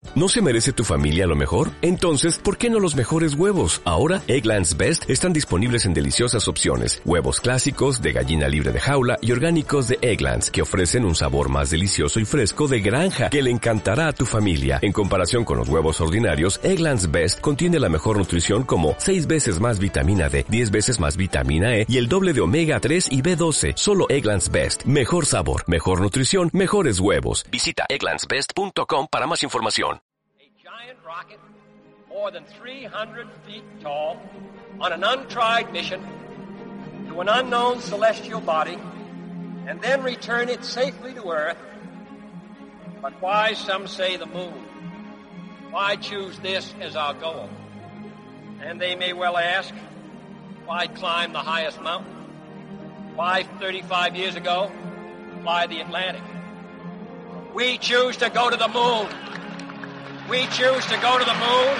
¿No se merece tu familia lo mejor? Entonces, ¿por qué no los mejores huevos? Ahora, Eggland's Best están disponibles en deliciosas opciones. Huevos clásicos, de gallina libre de jaula y orgánicos de Eggland's, que ofrecen un sabor más delicioso y fresco de granja que le encantará a tu familia. En comparación con los huevos ordinarios, Eggland's Best contiene la mejor nutrición como 6 veces más vitamina D, 10 veces más vitamina E y el doble de omega 3 y B12. Solo Eggland's Best. Mejor sabor, mejor nutrición, mejores huevos. Visita egglandsbest.com para más información. Giant rocket, more than 300 feet tall, on an untried mission to an unknown celestial body, and then return it safely to Earth. But why, some say, the moon? Why choose this as our goal? And they may well ask, why climb the highest mountain? Why, 35 years ago, fly the Atlantic? We choose to go to the moon. We choose to go to the moon.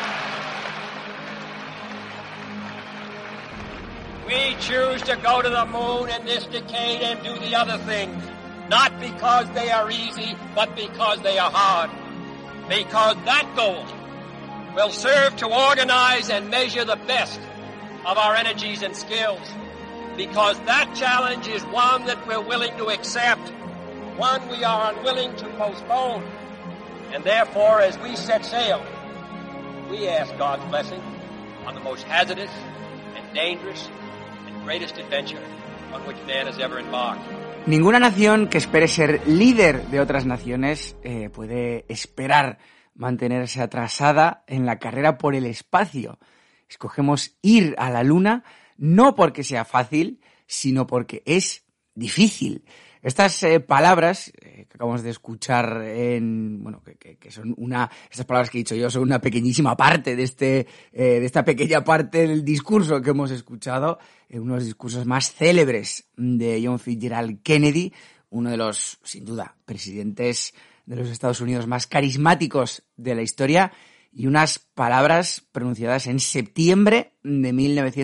We choose to go to the moon in this decade and do the other things, not because they are easy, but because they are hard. Because that goal will serve to organize and measure the best of our energies and skills. Because that challenge is one that we're willing to accept, one we are unwilling to postpone. And therefore, as we set sail, we ask God's blessing on the most hazardous and dangerous and greatest adventure on which man has ever embarked. Ninguna nación que espere ser líder de otras naciones puede esperar mantenerse atrasada en la carrera por el espacio. Escogemos ir a la Luna no porque sea fácil, sino porque es difícil. Estas palabras que acabamos de escuchar que son estas palabras que he dicho yo son una pequeñísima parte de esta pequeña parte del discurso que hemos escuchado, uno de los discursos más célebres de John Fitzgerald Kennedy, uno de los, sin duda, presidentes de los Estados Unidos más carismáticos de la historia, y unas palabras pronunciadas en septiembre de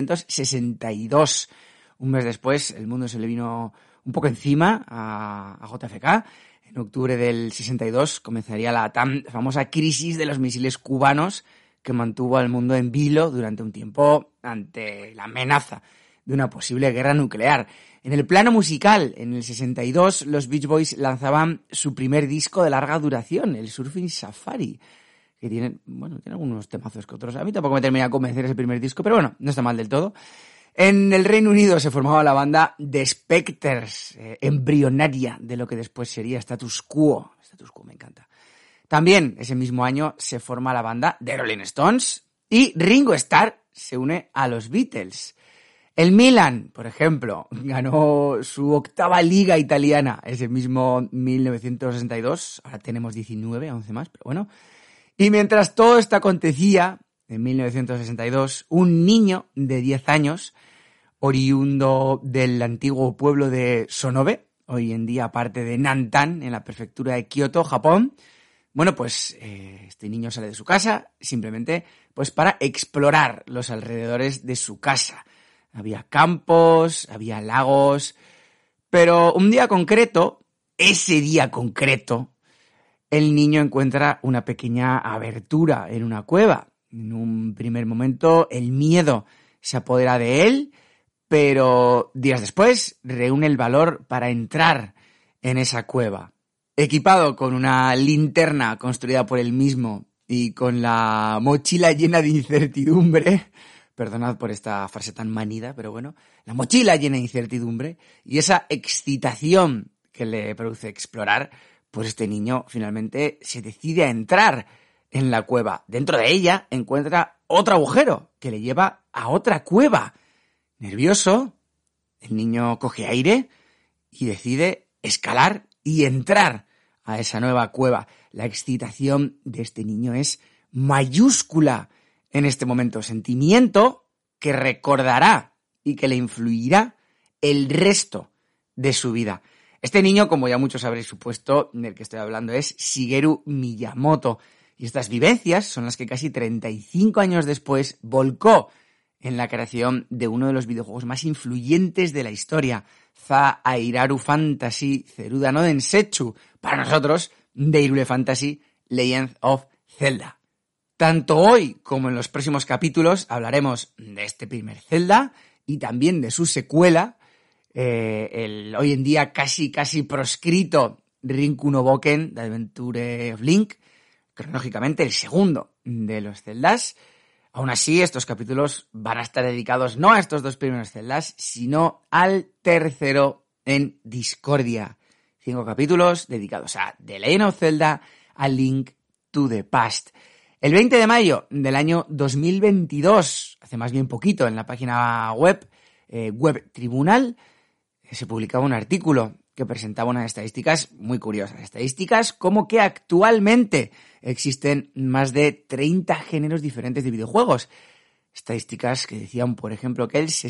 1962. Un mes después, el mundo se le vino un poco encima a JFK. En octubre del 62 comenzaría la tan famosa crisis de los misiles cubanos que mantuvo al mundo en vilo durante un tiempo ante la amenaza de una posible guerra nuclear. En el plano musical, en el 62, los Beach Boys lanzaban su primer disco de larga duración, el Surfing Safari, que tiene algunos temazos que otros. A mí tampoco me termina de convencer ese primer disco, pero bueno, no está mal del todo. En el Reino Unido se formaba la banda The Spectres, embrionaria de lo que después sería Status Quo. Status Quo me encanta. También ese mismo año se forma la banda The Rolling Stones y Ringo Starr se une a los Beatles. El Milan, por ejemplo, ganó su 8ª liga italiana ese mismo 1962. Ahora tenemos 19, 11 más, pero bueno. Y mientras todo esto acontecía, en 1962, un niño de 10 años, oriundo del antiguo pueblo de Sonobe, hoy en día parte de Nantan, en la prefectura de Kioto, Japón, este niño sale de su casa simplemente para explorar los alrededores de su casa. Había campos, había lagos, pero ese día concreto, el niño encuentra una pequeña abertura en una cueva. En un primer momento, el miedo se apodera de él, pero días después reúne el valor para entrar en esa cueva. Equipado con una linterna construida por él mismo y con la mochila llena de incertidumbre, perdonad por esta frase tan manida, pero bueno, la mochila llena de incertidumbre y esa excitación que le produce explorar, pues este niño finalmente se decide a entrar en la cueva. Dentro de ella encuentra otro agujero que le lleva a otra cueva. Nervioso, el niño coge aire y decide escalar y entrar a esa nueva cueva. La excitación de este niño es mayúscula en este momento. Sentimiento que recordará y que le influirá el resto de su vida. Este niño, como ya muchos habréis supuesto, del que estoy hablando es Shigeru Miyamoto. Y estas vivencias son las que casi 35 años después volcó en la creación de uno de los videojuegos más influyentes de la historia, Za Airaru Fantasy Zeruda no Densetsu, para nosotros, de Hyrule Fantasy Legend of Zelda. Tanto hoy como en los próximos capítulos hablaremos de este primer Zelda y también de su secuela, el hoy en día casi proscrito Rinku no Boken, The Adventure of Link, cronológicamente el segundo de los Zeldas. Aún así, estos capítulos van a estar dedicados no a estos dos primeros Zeldas, sino al tercero en Discordia. 5 capítulos dedicados a The Legend of Zelda, a Link to the Past. El 20 de mayo del año 2022, hace más bien poquito, en la página web, Web Tribunal, se publicaba un artículo que presentaba unas estadísticas muy curiosas. Estadísticas como que actualmente existen más de 30 géneros diferentes de videojuegos. Estadísticas que decían, por ejemplo, que el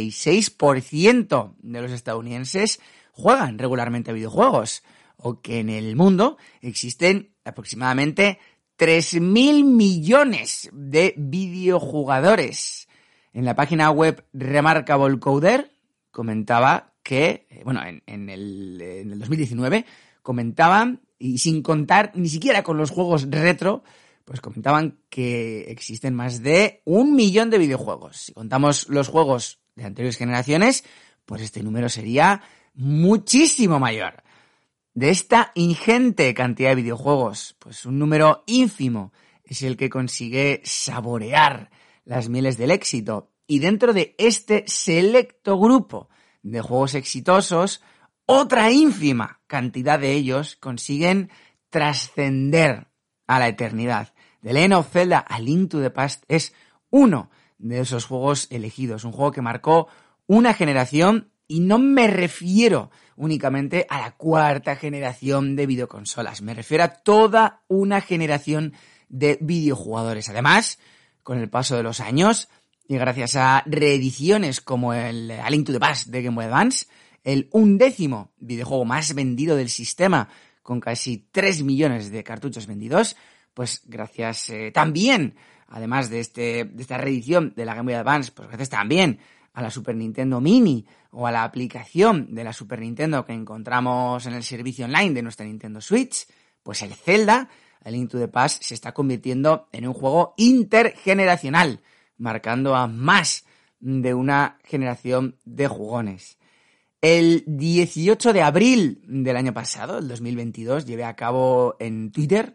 66% de los estadounidenses juegan regularmente a videojuegos, o que en el mundo existen aproximadamente 3.000 millones de videojugadores. En la página web Remarkable Coder comentaba que, en el 2019 comentaban, y sin contar ni siquiera con los juegos retro, pues comentaban que existen más de 1 millón de videojuegos. Si contamos los juegos de anteriores generaciones, pues este número sería muchísimo mayor. De esta ingente cantidad de videojuegos, pues un número ínfimo es el que consigue saborear las mieles del éxito. Y dentro de este selecto grupo de juegos exitosos, otra ínfima cantidad de ellos consiguen trascender a la eternidad. The Legend of Zelda, A Link to the Past es uno de esos juegos elegidos, un juego que marcó una generación, y no me refiero únicamente a la 4ª generación de videoconsolas, me refiero a toda una generación de videojugadores. Además, con el paso de los años, y gracias a reediciones como el A Link to the Past de Game Boy Advance, el 11º videojuego más vendido del sistema, con casi 3 millones de cartuchos vendidos, pues gracias también, además de esta reedición de la Game Boy Advance, pues gracias también a la Super Nintendo Mini o a la aplicación de la Super Nintendo que encontramos en el servicio online de nuestra Nintendo Switch, pues el Zelda, A Link to the Past, se está convirtiendo en un juego intergeneracional, marcando a más de una generación de jugones. El 18 de abril del año pasado, el 2022, llevé a cabo en Twitter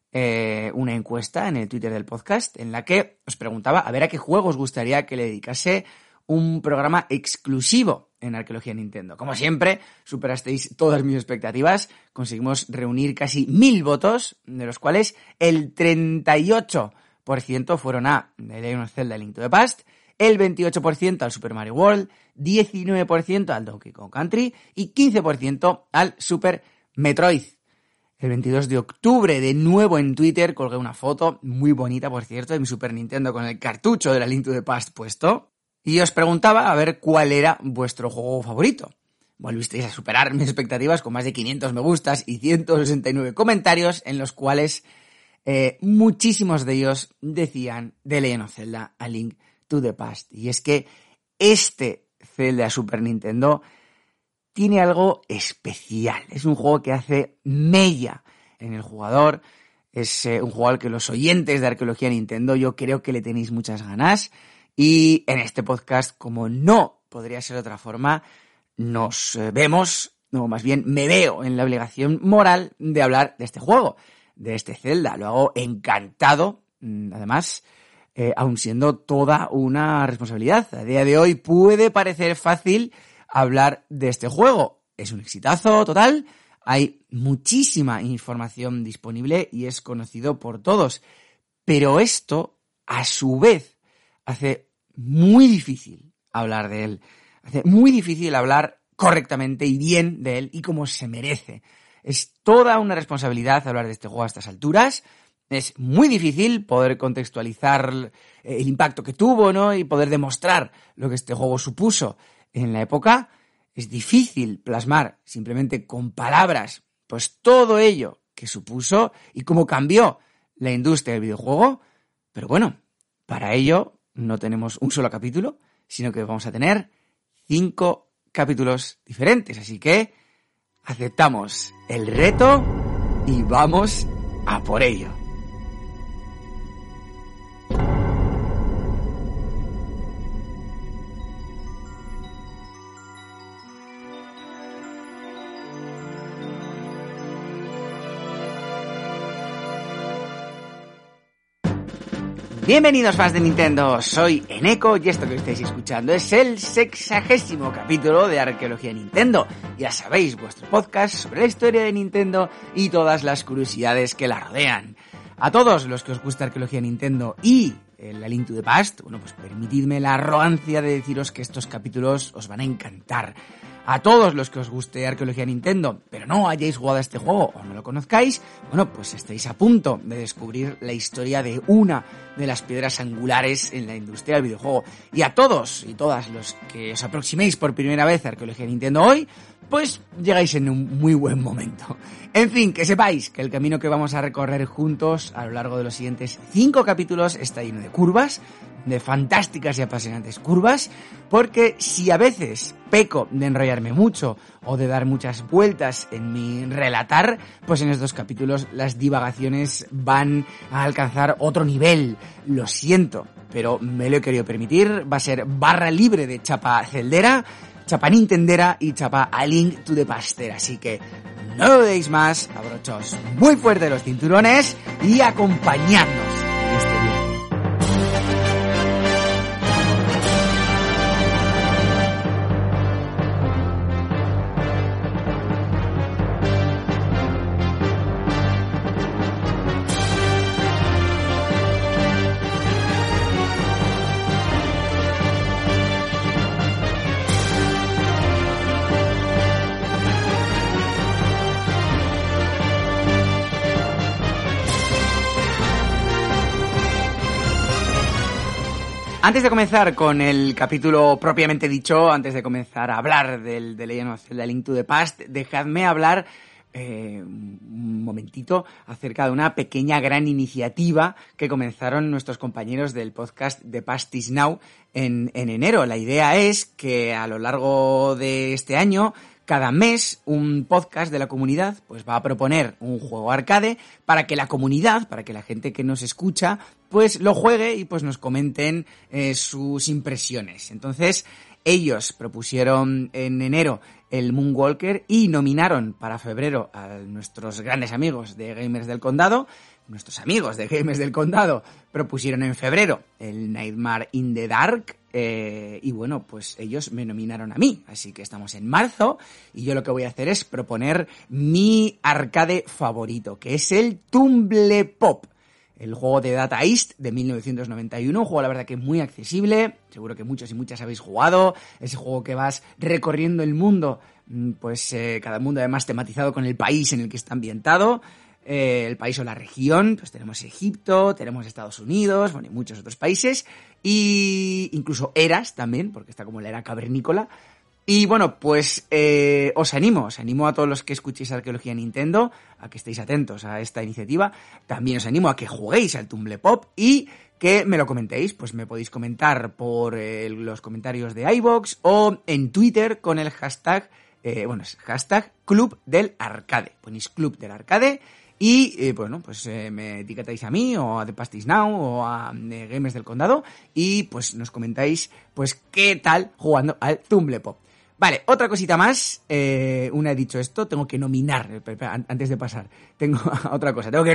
una encuesta en el Twitter del podcast en la que os preguntaba a ver a qué juego os gustaría que le dedicase un programa exclusivo en Arqueología Nintendo. Como siempre, superasteis todas mis expectativas, conseguimos reunir casi 1000 votos, de los cuales el 38% fueron a The Legend of Zelda, A Link to the Past, el 28% al Super Mario World, 19% al Donkey Kong Country y 15% al Super Metroid. El 22 de octubre, de nuevo en Twitter, colgué una foto muy bonita, por cierto, de mi Super Nintendo con el cartucho de A Link to the Past puesto, y os preguntaba a ver cuál era vuestro juego favorito. Volvisteis a superar mis expectativas con más de 500 me gustas y 169 comentarios, en los cuales muchísimos de ellos decían The Legend of Zelda, A Link to the Past. Y es que este Zelda Super Nintendo tiene algo especial. Es un juego que hace mella en el jugador. Es un juego al que los oyentes de Arqueología Nintendo yo creo que le tenéis muchas ganas. Y en este podcast, como no podría ser de otra forma, nos vemos, no, más bien me veo en la obligación moral de hablar de este juego, de este Zelda. Lo hago encantado, además, aun siendo toda una responsabilidad. A día de hoy puede parecer fácil hablar de este juego. Es un exitazo total, hay muchísima información disponible y es conocido por todos. Pero esto, a su vez, hace muy difícil hablar de él. Hace muy difícil hablar correctamente y bien de él y como se merece. Es toda una responsabilidad hablar de este juego a estas alturas. Es muy difícil poder contextualizar el impacto que tuvo, ¿no? Y poder demostrar lo que este juego supuso en la época. Es difícil plasmar simplemente con palabras pues todo ello que supuso y cómo cambió la industria del videojuego. Pero bueno, para ello no tenemos un solo capítulo, sino que vamos a tener 5 capítulos diferentes. Así que aceptamos el reto y vamos a por ello. Bienvenidos fans de Nintendo, soy Eneko y esto que estáis escuchando es el 60º capítulo de Arqueología Nintendo. Ya sabéis, vuestro podcast sobre la historia de Nintendo y todas las curiosidades que la rodean. A todos los que os gusta Arqueología Nintendo y A Link to the Past, bueno, pues permitidme la arrogancia de deciros que estos capítulos os van a encantar. A todos los que os guste Arqueología Nintendo, pero no hayáis jugado a este juego o no lo conozcáis, bueno, pues estáis a punto de descubrir la historia de una de las piedras angulares en la industria del videojuego. Y a todos y todas los que os aproximéis por primera vez a Arqueología Nintendo hoy, pues llegáis en un muy buen momento. En fin, que sepáis que el camino que vamos a recorrer juntos a lo largo de los siguientes 5 capítulos está lleno de curvas, de fantásticas y apasionantes curvas, porque si a veces peco de enrollarme mucho o de dar muchas vueltas en mi relatar, pues en estos capítulos las divagaciones van a alcanzar otro nivel. Lo siento, pero me lo he querido permitir. Va a ser barra libre de chapa celdera, chapa nintendera y chapa A Link to the Past. Así que no lo deis más, abrochaos muy fuerte los cinturones y acompañadnos en este viaje. Antes de comenzar con el capítulo propiamente dicho, antes de comenzar a hablar del The Legend of Zelda: A Link to the Past, dejadme hablar un momentito acerca de una pequeña gran iniciativa que comenzaron nuestros compañeros del podcast The Past Is Now en enero. La idea es que a lo largo de este año, cada mes, un podcast de la comunidad pues va a proponer un juego arcade para que la comunidad, para que la gente que nos escucha, pues lo juegue y pues nos comenten sus impresiones. Entonces, ellos propusieron en enero el Moonwalker y nominaron para febrero a nuestros grandes amigos de Gamers del Condado. Nuestros amigos de Gamers del Condado propusieron en febrero el Nightmare in the Dark. Y bueno, pues ellos me nominaron a mí, así que estamos en marzo y yo lo que voy a hacer es proponer mi arcade favorito, que es el Tumble Pop, el juego de Data East de 1991, un juego la verdad que muy accesible, seguro que muchos y muchas habéis jugado, ese juego que vas recorriendo el mundo, pues cada mundo además tematizado con el país en el que está ambientado. El país o la región, pues tenemos Egipto, tenemos Estados Unidos, bueno, y muchos otros países, y incluso eras también, porque está como la era cavernícola. Y bueno, pues os animo a todos los que escuchéis Arqueología Nintendo, a que estéis atentos a esta iniciativa. También os animo a que juguéis al Tumble Pop y que me lo comentéis, pues me podéis comentar por los comentarios de iVoox o en Twitter con el hashtag, hashtag Club del Arcade. Ponéis Club del Arcade. Y bueno, pues me etiquetáis a mí o a The Past Is Now o a Gamers del Condado y pues nos comentáis pues qué tal jugando al Tumble Pop. Vale, otra cosita más, una he dicho esto, tengo que nominar, antes de pasar, tengo otra cosa, tengo que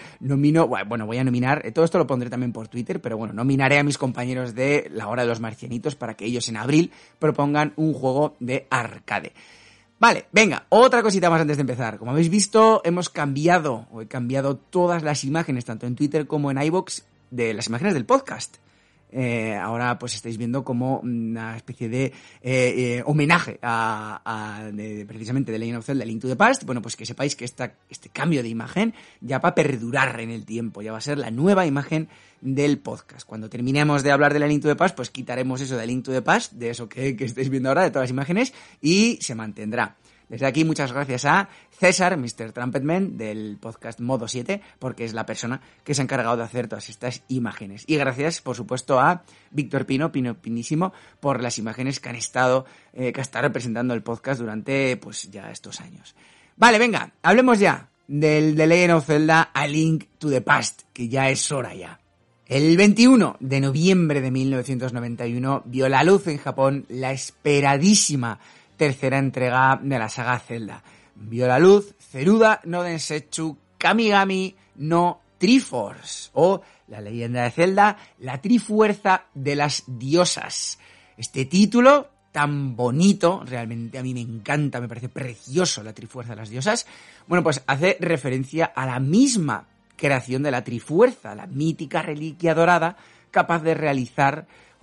voy a nominar, todo esto lo pondré también por Twitter, pero bueno, nominaré a mis compañeros de La Hora de los Marcianitos para que ellos en abril propongan un juego de arcade. Vale, venga, otra cosita más antes de empezar. Como habéis visto, he cambiado todas las imágenes, tanto en Twitter como en iVoox, de las imágenes del podcast. Ahora pues estáis viendo como una especie de homenaje precisamente de Legend of Zelda: A Link to the Past. Bueno, pues que sepáis que este cambio de imagen ya va a perdurar en el tiempo, ya va a ser la nueva imagen del podcast. Cuando terminemos de hablar de A Link to the Past, pues quitaremos eso de A Link to the Past, de eso que estáis viendo ahora, de todas las imágenes, y se mantendrá. Desde aquí muchas gracias a César, Mr. Trumpetman, del podcast Modo 7, porque es la persona que se ha encargado de hacer todas estas imágenes. Y gracias, por supuesto, a Víctor Pinísimo, por las imágenes que ha estado representando el podcast durante, pues, ya estos años. Vale, venga, hablemos ya del The Legend of Zelda: A Link to the Past, que ya es hora ya. El 21 de noviembre de 1991 vio la luz en Japón la esperadísima tercera entrega de la saga Zelda. Vio la luz Zeruda no Densetsu Kamigami no Triforce, o La leyenda de Zelda, la Trifuerza de las Diosas. Este título tan bonito, realmente a mí me encanta, me parece precioso la Trifuerza de las Diosas, bueno, pues hace referencia a la misma creación de la Trifuerza, la mítica reliquia dorada capaz de realizar,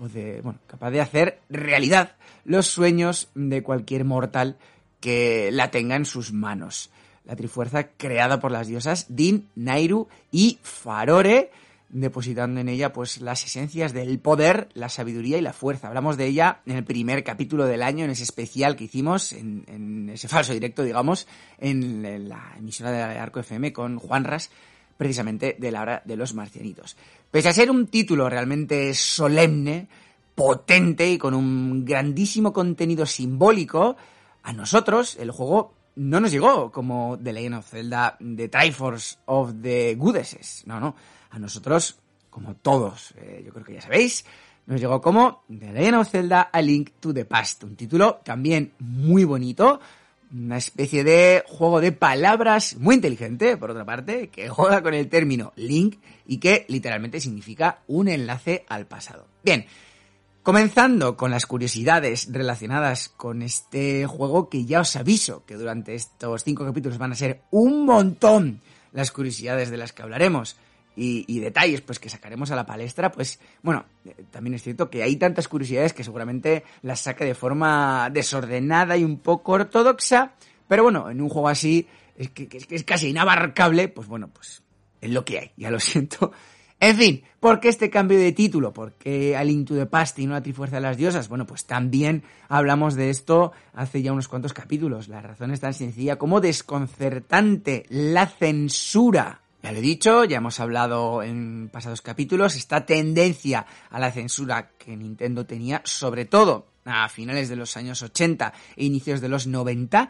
capaz de hacer realidad los sueños de cualquier mortal que la tenga en sus manos. La Trifuerza creada por las diosas Din, Nayru y Farore, depositando en ella pues las esencias del poder, la sabiduría y la fuerza. Hablamos de ella en el primer capítulo del año, en ese especial que hicimos, en ese falso directo, digamos, en la emisora de Arco FM con Juanras, precisamente de la hora de los marcianitos. Pese a ser un título realmente solemne, potente y con un grandísimo contenido simbólico, a nosotros el juego no nos llegó como The Legend of Zelda, The Triforce of the Goddesses. No. A nosotros, como todos, yo creo que ya sabéis, nos llegó como The Legend of Zelda A Link to the Past. Un título también muy bonito, una especie de juego de palabras muy inteligente, por otra parte, que juega con el término Link y que literalmente significa un enlace al pasado. Bien, comenzando con las curiosidades relacionadas con este juego, que ya os aviso que durante estos 5 capítulos van a ser un montón las curiosidades de las que hablaremos y detalles pues que sacaremos a la palestra, pues bueno, también es cierto que hay tantas curiosidades que seguramente las saque de forma desordenada y un poco ortodoxa, pero bueno, en un juego así que es casi inabarcable, pues bueno, pues es lo que hay, ya lo siento. En fin, ¿por qué este cambio de título? ¿Por qué A Link to the Past y no La Trifuerza de las Diosas? Bueno, pues también hablamos de esto hace ya unos cuantos capítulos. La razón es tan sencilla como desconcertante: la censura. Ya lo he dicho, ya hemos hablado en pasados capítulos, esta tendencia a la censura que Nintendo tenía, sobre todo a finales de los años 80 e inicios de los 90,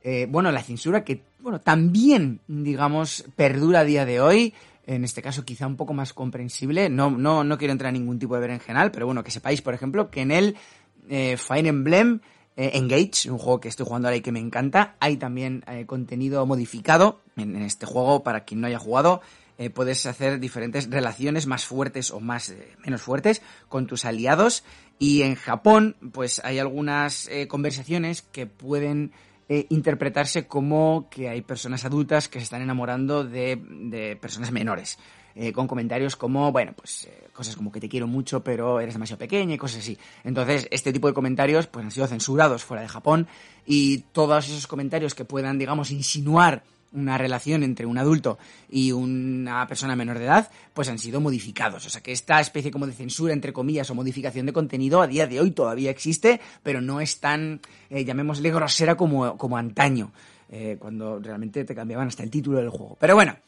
la censura que también, digamos, perdura a día de hoy, en este caso quizá un poco más comprensible. No quiero entrar en ningún tipo de berenjenal, pero bueno, que sepáis, por ejemplo, que en el Fire Emblem Engage, un juego que estoy jugando ahora y que me encanta, hay también contenido modificado en este juego. Para quien no haya jugado, puedes hacer diferentes relaciones más fuertes o menos fuertes con tus aliados, y en Japón pues hay algunas conversaciones que pueden interpretarse como que hay personas adultas que se están enamorando de personas menores, con comentarios como, cosas como que te quiero mucho pero eres demasiado pequeña y cosas así. Entonces, este tipo de comentarios pues han sido censurados fuera de Japón, y todos esos comentarios que puedan, digamos, insinuar una relación entre un adulto y una persona menor de edad, pues han sido modificados. O sea que esta especie como de censura, entre comillas, o modificación de contenido a día de hoy todavía existe, pero no es tan, llamémosle, grosera como antaño, cuando realmente te cambiaban hasta el título del juego. Pero bueno,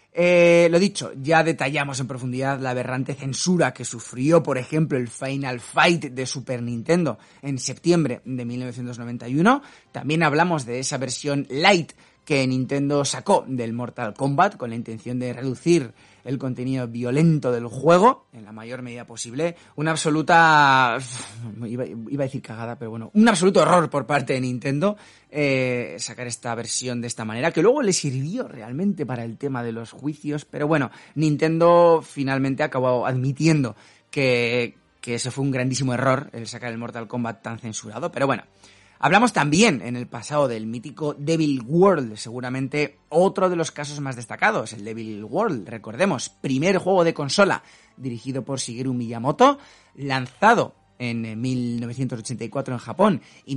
lo dicho, ya detallamos en profundidad la aberrante censura que sufrió, por ejemplo, el Final Fight de Super Nintendo en septiembre de 1991. También hablamos de esa versión light que Nintendo sacó del Mortal Kombat con la intención de reducir el contenido violento del juego en la mayor medida posible. Una absoluta, iba a decir cagada, pero bueno, un absoluto error por parte de Nintendo sacar esta versión de esta manera, que luego le sirvió realmente para el tema de los juicios, pero bueno, Nintendo finalmente acabó admitiendo que ese fue un grandísimo error, el sacar el Mortal Kombat tan censurado, pero bueno. Hablamos también en el pasado del mítico Devil World, seguramente otro de los casos más destacados, el Devil World, recordemos, primer juego de consola dirigido por Shigeru Miyamoto, lanzado en 1984 en Japón y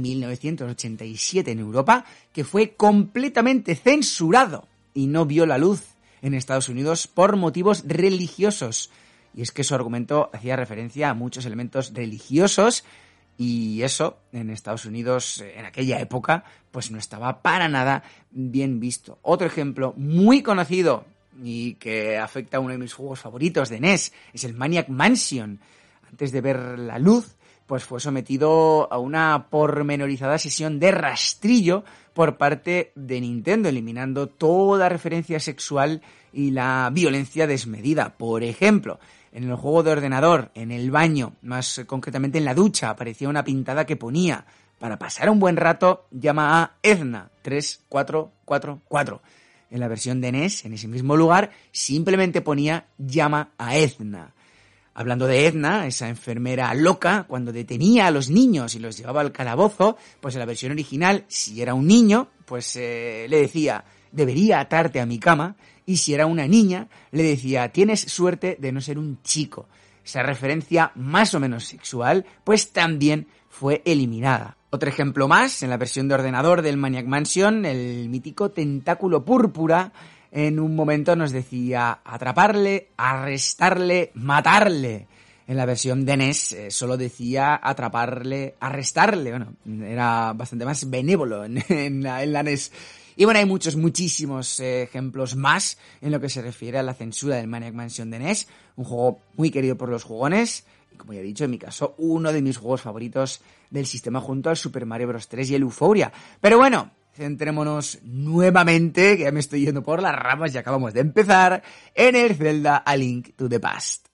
1987 en Europa, que fue completamente censurado y no vio la luz en Estados Unidos por motivos religiosos. Y es que su argumento hacía referencia a muchos elementos religiosos, y eso en Estados Unidos en aquella época pues no estaba para nada bien visto. Otro ejemplo muy conocido y que afecta a uno de mis juegos favoritos de NES es el Maniac Mansion. Antes de ver la luz pues fue sometido a una pormenorizada sesión de rastrillo por parte de Nintendo, eliminando toda referencia sexual y la violencia desmedida. Por ejemplo, en el juego de ordenador, en el baño, más concretamente en la ducha, aparecía una pintada que ponía: para pasar un buen rato, llama a Edna 3444. en la versión de NES, en ese mismo lugar, simplemente ponía llama a Edna. Hablando de Edna, esa enfermera loca, cuando detenía a los niños y los llevaba al calabozo, pues en la versión original, si era un niño, pues le decía, debería atarte a mi cama, y si era una niña, le decía, tienes suerte de no ser un chico. Esa referencia más o menos sexual, pues también fue eliminada. Otro ejemplo más, en la versión de ordenador del Maniac Mansion, el mítico tentáculo púrpura, en un momento nos decía atraparle, arrestarle, matarle. En la versión de NES solo decía atraparle, arrestarle. Bueno, era bastante más benévolo en la NES. Y bueno, hay muchísimos ejemplos más en lo que se refiere a la censura del Maniac Mansion de NES. Un juego muy querido por los jugones. Y como ya he dicho, en mi caso, uno de mis juegos favoritos del sistema junto al Super Mario Bros. 3 y el Euphoria. Pero bueno, centrémonos nuevamente, que ya me estoy yendo por las ramas y acabamos de empezar, en el Zelda A Link to the Past.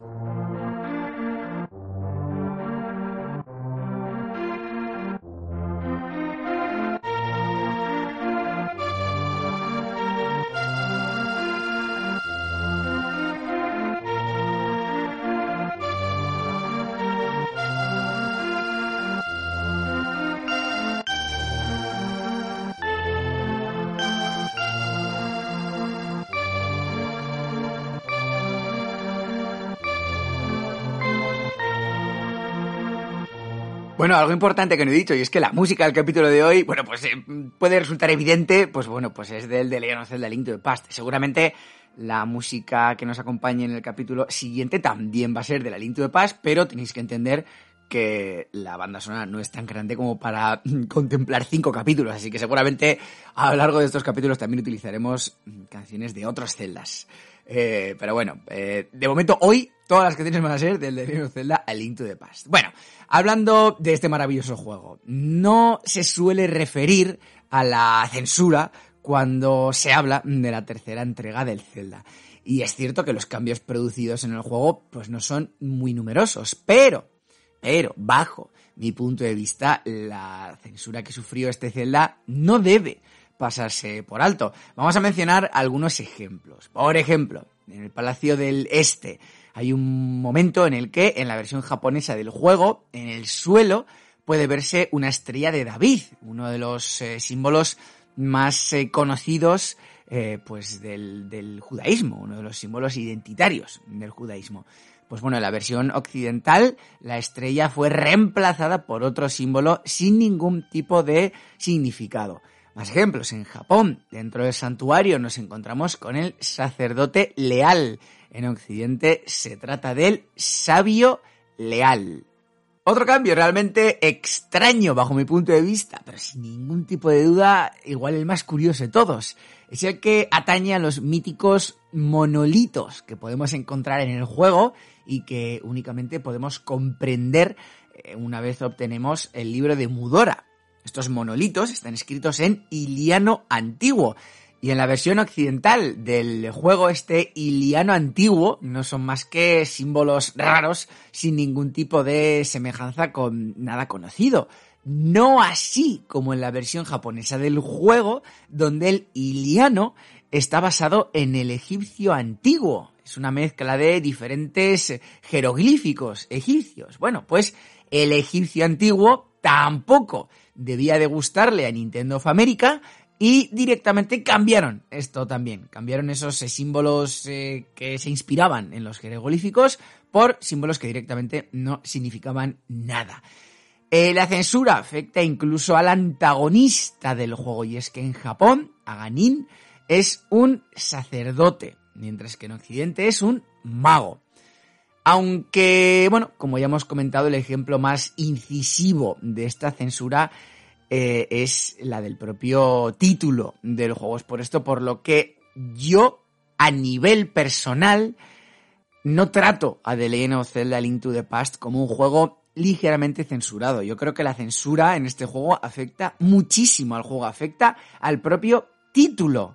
Bueno, algo importante que no he dicho, y es que la música del capítulo de hoy, bueno, pues puede resultar evidente, pues bueno, pues es del de Legend of Zelda Link to the Past. Seguramente la música que nos acompañe en el capítulo siguiente también va a ser de la Link to the Past, pero tenéis que entender que la banda sonora no es tan grande como para contemplar 5 capítulos, así que seguramente a lo largo de estos capítulos también utilizaremos canciones de otros Zeldas. Pero bueno, de momento hoy todas las canciones van a ser del The Legend of Zelda A Link to the Past. Bueno, hablando de este maravilloso juego, no se suele referir a la censura cuando se habla de la tercera entrega del Zelda. Y es cierto que los cambios producidos en el juego pues no son muy numerosos, pero bajo mi punto de vista, la censura que sufrió este Zelda no debe pasarse por alto. Vamos a mencionar algunos ejemplos. Por ejemplo, en el Palacio del Este hay un momento en el que, en la versión japonesa del juego, en el suelo puede verse una estrella de David, uno de los símbolos más conocidos pues del judaísmo, uno de los símbolos identitarios del judaísmo. Pues bueno, en la versión occidental, la estrella fue reemplazada por otro símbolo sin ningún tipo de significado. Más ejemplos, en Japón, dentro del santuario nos encontramos con el sacerdote leal. En Occidente se trata del sabio leal. Otro cambio realmente extraño bajo mi punto de vista, pero sin ningún tipo de duda, igual el más curioso de todos, es el que atañe a los míticos monolitos que podemos encontrar en el juego y que únicamente podemos comprender una vez obtenemos el libro de Mudora. Estos monolitos están escritos en iliano antiguo. Y en la versión occidental del juego, este iliano antiguo no son más que símbolos raros sin ningún tipo de semejanza con nada conocido. No así como en la versión japonesa del juego, donde el iliano está basado en el egipcio antiguo. Es una mezcla de diferentes jeroglíficos egipcios. Bueno, pues el egipcio antiguo tampoco debía de gustarle a Nintendo of America y directamente cambiaron esto también. Cambiaron esos símbolos que se inspiraban en los jeroglíficos por símbolos que directamente no significaban nada. La censura afecta incluso al antagonista del juego, y es que en Japón, Aganin es un sacerdote, mientras que en Occidente es un mago. Aunque, bueno, como ya hemos comentado, el ejemplo más incisivo de esta censura es la del propio título del juego. Es por esto por lo que yo, a nivel personal, no trato a The Legend of Zelda Link to the Past como un juego ligeramente censurado. Yo creo que la censura en este juego afecta muchísimo al juego, afecta al propio título.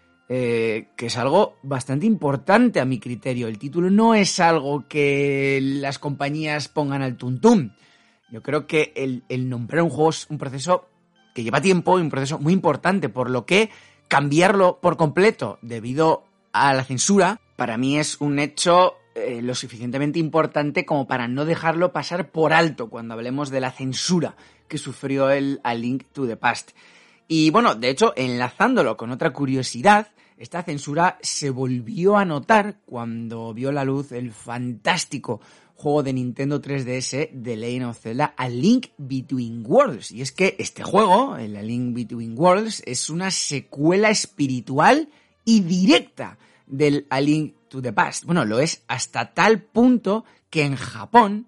Que es algo bastante importante a mi criterio. El título no es algo que las compañías pongan al tuntún. Yo creo que el nombrar un juego es un proceso que lleva tiempo y un proceso muy importante, por lo que cambiarlo por completo debido a la censura, para mí es un hecho lo suficientemente importante como para no dejarlo pasar por alto cuando hablemos de la censura que sufrió el A Link to the Past. Y bueno, de hecho, enlazándolo con otra curiosidad, esta censura se volvió a notar cuando vio la luz el fantástico juego de Nintendo 3DS The Legend of Zelda A Link Between Worlds. Y es que este juego, el A Link Between Worlds, es una secuela espiritual y directa del A Link to the Past. Bueno, lo es hasta tal punto que en Japón,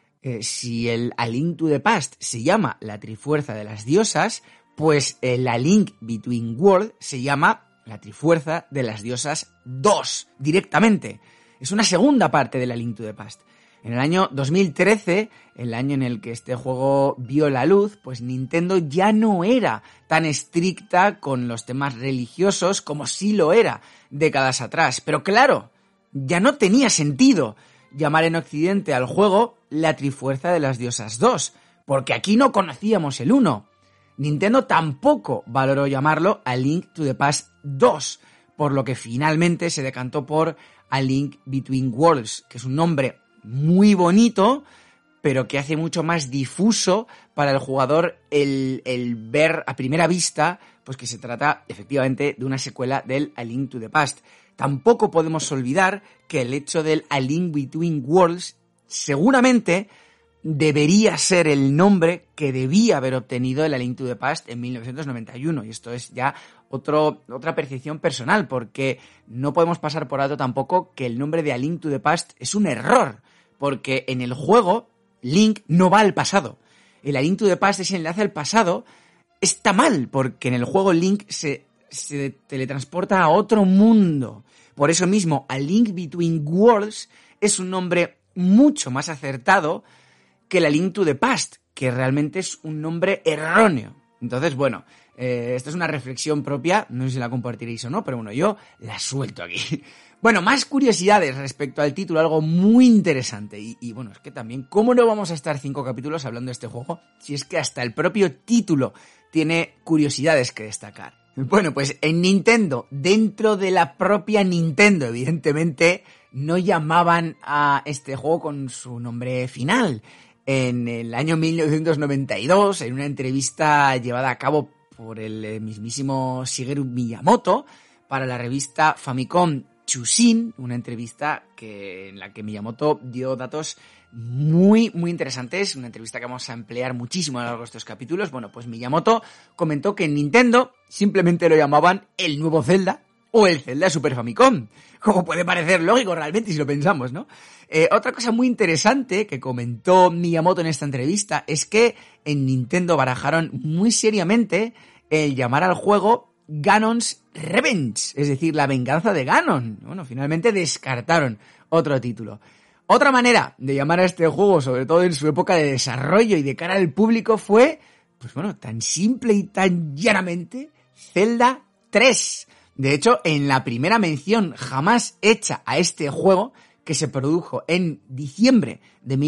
si el A Link to the Past se llama la Trifuerza de las Diosas, pues el A Link Between Worlds se llama la Trifuerza de las Diosas 2, directamente. Es una segunda parte del A Link to the Past. En el año 2013, el año en el que este juego vio la luz, pues Nintendo ya no era tan estricta con los temas religiosos como sí lo era décadas atrás. Pero claro, ya no tenía sentido llamar en Occidente al juego la Trifuerza de las Diosas 2, porque aquí no conocíamos el 1. Nintendo tampoco valoró llamarlo A Link to the Past 2, por lo que finalmente se decantó por A Link Between Worlds, que es un nombre muy bonito, pero que hace mucho más difuso para el jugador el ver a primera vista pues que se trata efectivamente de una secuela del A Link to the Past. Tampoco podemos olvidar que el hecho del A Link Between Worlds seguramente debería ser el nombre que debía haber obtenido el A Link to the Past en 1991. Y esto es ya otra percepción personal, porque no podemos pasar por alto tampoco que el nombre de A Link to the Past es un error, porque en el juego Link no va al pasado. El A Link to the Past, ese enlace al pasado, está mal, porque en el juego Link se teletransporta a otro mundo. Por eso mismo, A Link Between Worlds es un nombre mucho más acertado que el A Link to the Past, que realmente es un nombre erróneo. Entonces, bueno, esta es una reflexión propia, no sé si la compartiréis o no, pero bueno, yo la suelto aquí. Bueno, más curiosidades respecto al título, algo muy interesante. Y bueno, es que también, ¿cómo no vamos a estar 5 capítulos hablando de este juego? Si es que hasta el propio título tiene curiosidades que destacar. Bueno, pues en Nintendo, dentro de la propia Nintendo, evidentemente, no llamaban a este juego con su nombre final. En el año 1992, en una entrevista llevada a cabo por el mismísimo Shigeru Miyamoto para la revista Famicom Chushin, una entrevista en la que Miyamoto dio datos muy, muy interesantes, una entrevista que vamos a emplear muchísimo a lo largo de estos capítulos. Bueno, pues Miyamoto comentó que en Nintendo simplemente lo llamaban el nuevo Zelda o el Zelda Super Famicom, como puede parecer lógico realmente si lo pensamos, ¿no? Otra cosa muy interesante que comentó Miyamoto en esta entrevista es que en Nintendo barajaron muy seriamente el llamar al juego Ganon's Revenge, es decir, la venganza de Ganon. Bueno, finalmente descartaron otro título. Otra manera de llamar a este juego, sobre todo en su época de desarrollo y de cara al público, fue, pues bueno, tan simple y tan llanamente, Zelda 3. De hecho, en la primera mención jamás hecha a este juego, que se produjo en diciembre de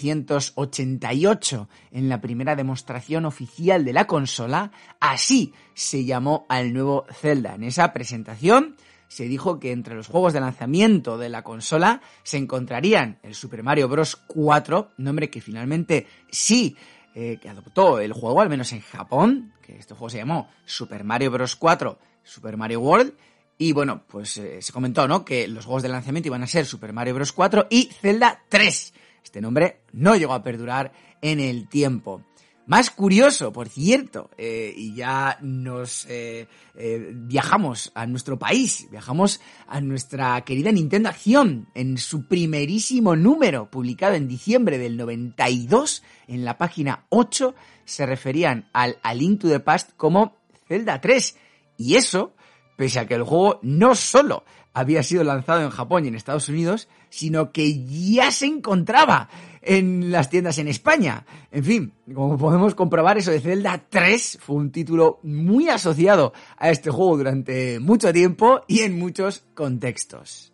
1988 en la primera demostración oficial de la consola, así se llamó al nuevo Zelda. En esa presentación se dijo que entre los juegos de lanzamiento de la consola se encontrarían el Super Mario Bros. 4, nombre que finalmente sí que adoptó el juego, al menos en Japón, que este juego se llamó Super Mario Bros. 4, Super Mario World. Y bueno, pues se comentó, ¿no?, que los juegos de lanzamiento iban a ser Super Mario Bros. 4 y Zelda 3. Este nombre no llegó a perdurar en el tiempo. Más curioso, por cierto, y ya nos viajamos a nuestro país, viajamos a nuestra querida Nintendo Acción, en su primerísimo número, publicado en diciembre del 92, en la página 8, se referían al A Link to the Past como Zelda 3. Y eso, pese a que el juego no solo había sido lanzado en Japón y en Estados Unidos, sino que ya se encontraba en las tiendas en España. En fin, como podemos comprobar, eso de Zelda 3 fue un título muy asociado a este juego durante mucho tiempo y en muchos contextos.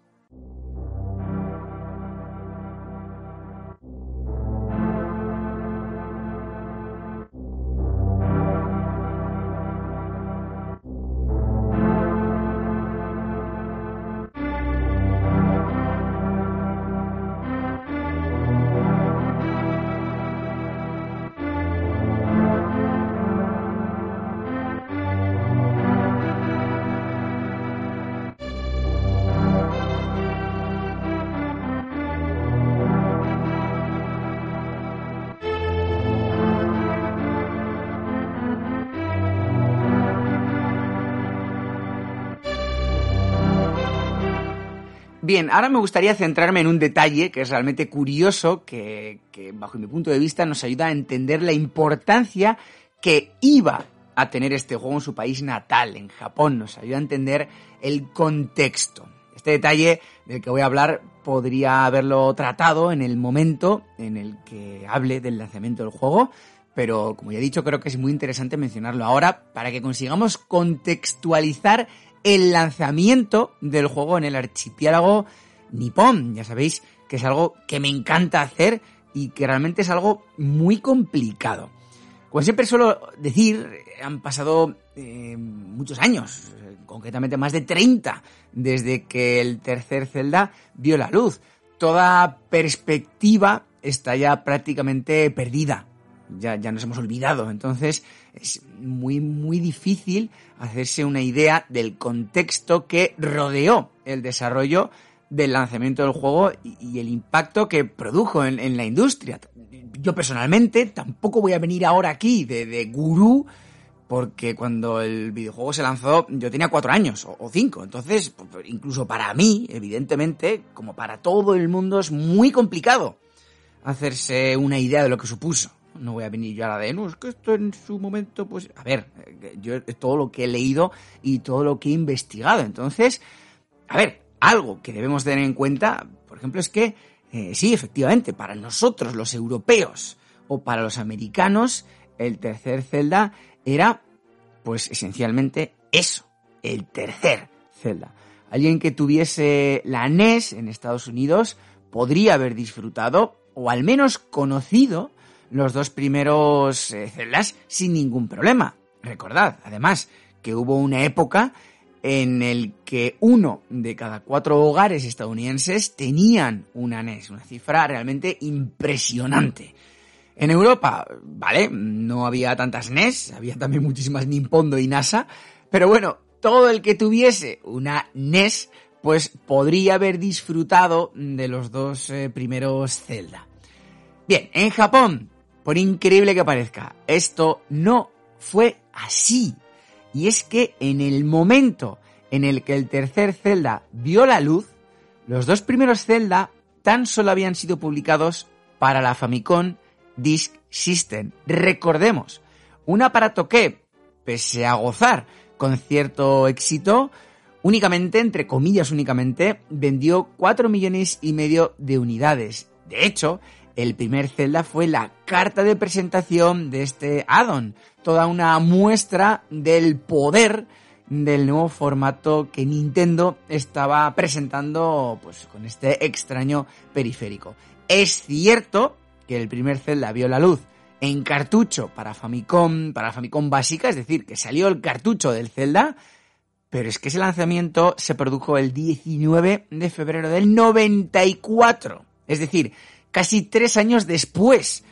Bien, ahora me gustaría centrarme en un detalle que es realmente curioso, que bajo mi punto de vista nos ayuda a entender la importancia que iba a tener este juego en su país natal, en Japón. Nos ayuda a entender el contexto. Este detalle del que voy a hablar podría haberlo tratado en el momento en el que hable del lanzamiento del juego, pero como ya he dicho, creo que es muy interesante mencionarlo ahora para que consigamos contextualizar el lanzamiento del juego en el archipiélago nipón. Ya sabéis que es algo que me encanta hacer y que realmente es algo muy complicado. Como siempre suelo decir, han pasado muchos años, concretamente más de 30, desde que el tercer Zelda vio la luz. Toda perspectiva está ya prácticamente perdida. Ya nos hemos olvidado. Entonces es muy, muy difícil hacerse una idea del contexto que rodeó el desarrollo del lanzamiento del juego y el impacto que produjo en la industria. Yo personalmente tampoco voy a venir ahora aquí de gurú, porque cuando el videojuego se lanzó yo tenía 4 años o 5. Entonces, incluso para mí, evidentemente, como para todo el mundo, es muy complicado hacerse una idea de lo que supuso. No voy a venir yo ahora de, no, es que esto en su momento, pues, a ver, yo todo lo que he leído y todo lo que he investigado. Entonces, a ver, algo que debemos tener en cuenta, por ejemplo, es que, sí, efectivamente, para nosotros, los europeos, o para los americanos, el tercer Zelda era, pues, esencialmente eso, el tercer Zelda. Alguien que tuviese la NES en Estados Unidos podría haber disfrutado, o al menos conocido, los 2 primeros Zeldas sin ningún problema. Recordad, además, que hubo una época en el que 1 de cada 4 hogares estadounidenses tenían una NES, una cifra realmente impresionante. En Europa, vale, no había tantas NES, había también muchísimas Nintendo y NASA, pero bueno, todo el que tuviese una NES, pues podría haber disfrutado de los 2 primeros Zelda. Bien, en Japón, por increíble que parezca, esto no fue así. Y es que en el momento en el que el tercer Zelda vio la luz, los 2 primeros Zelda tan solo habían sido publicados para la Famicom Disk System. Recordemos, un aparato que, pese a gozar con cierto éxito, únicamente, entre comillas únicamente, vendió 4,5 millones de unidades. De hecho, el primer Zelda fue la carta de presentación de este add-on, toda una muestra del poder del nuevo formato que Nintendo estaba presentando, pues, con este extraño periférico. Es cierto que el primer Zelda vio la luz en cartucho para Famicom básica, es decir, que salió el cartucho del Zelda, pero es que ese lanzamiento se produjo el 19 de febrero del 94, es decir, casi 3 años después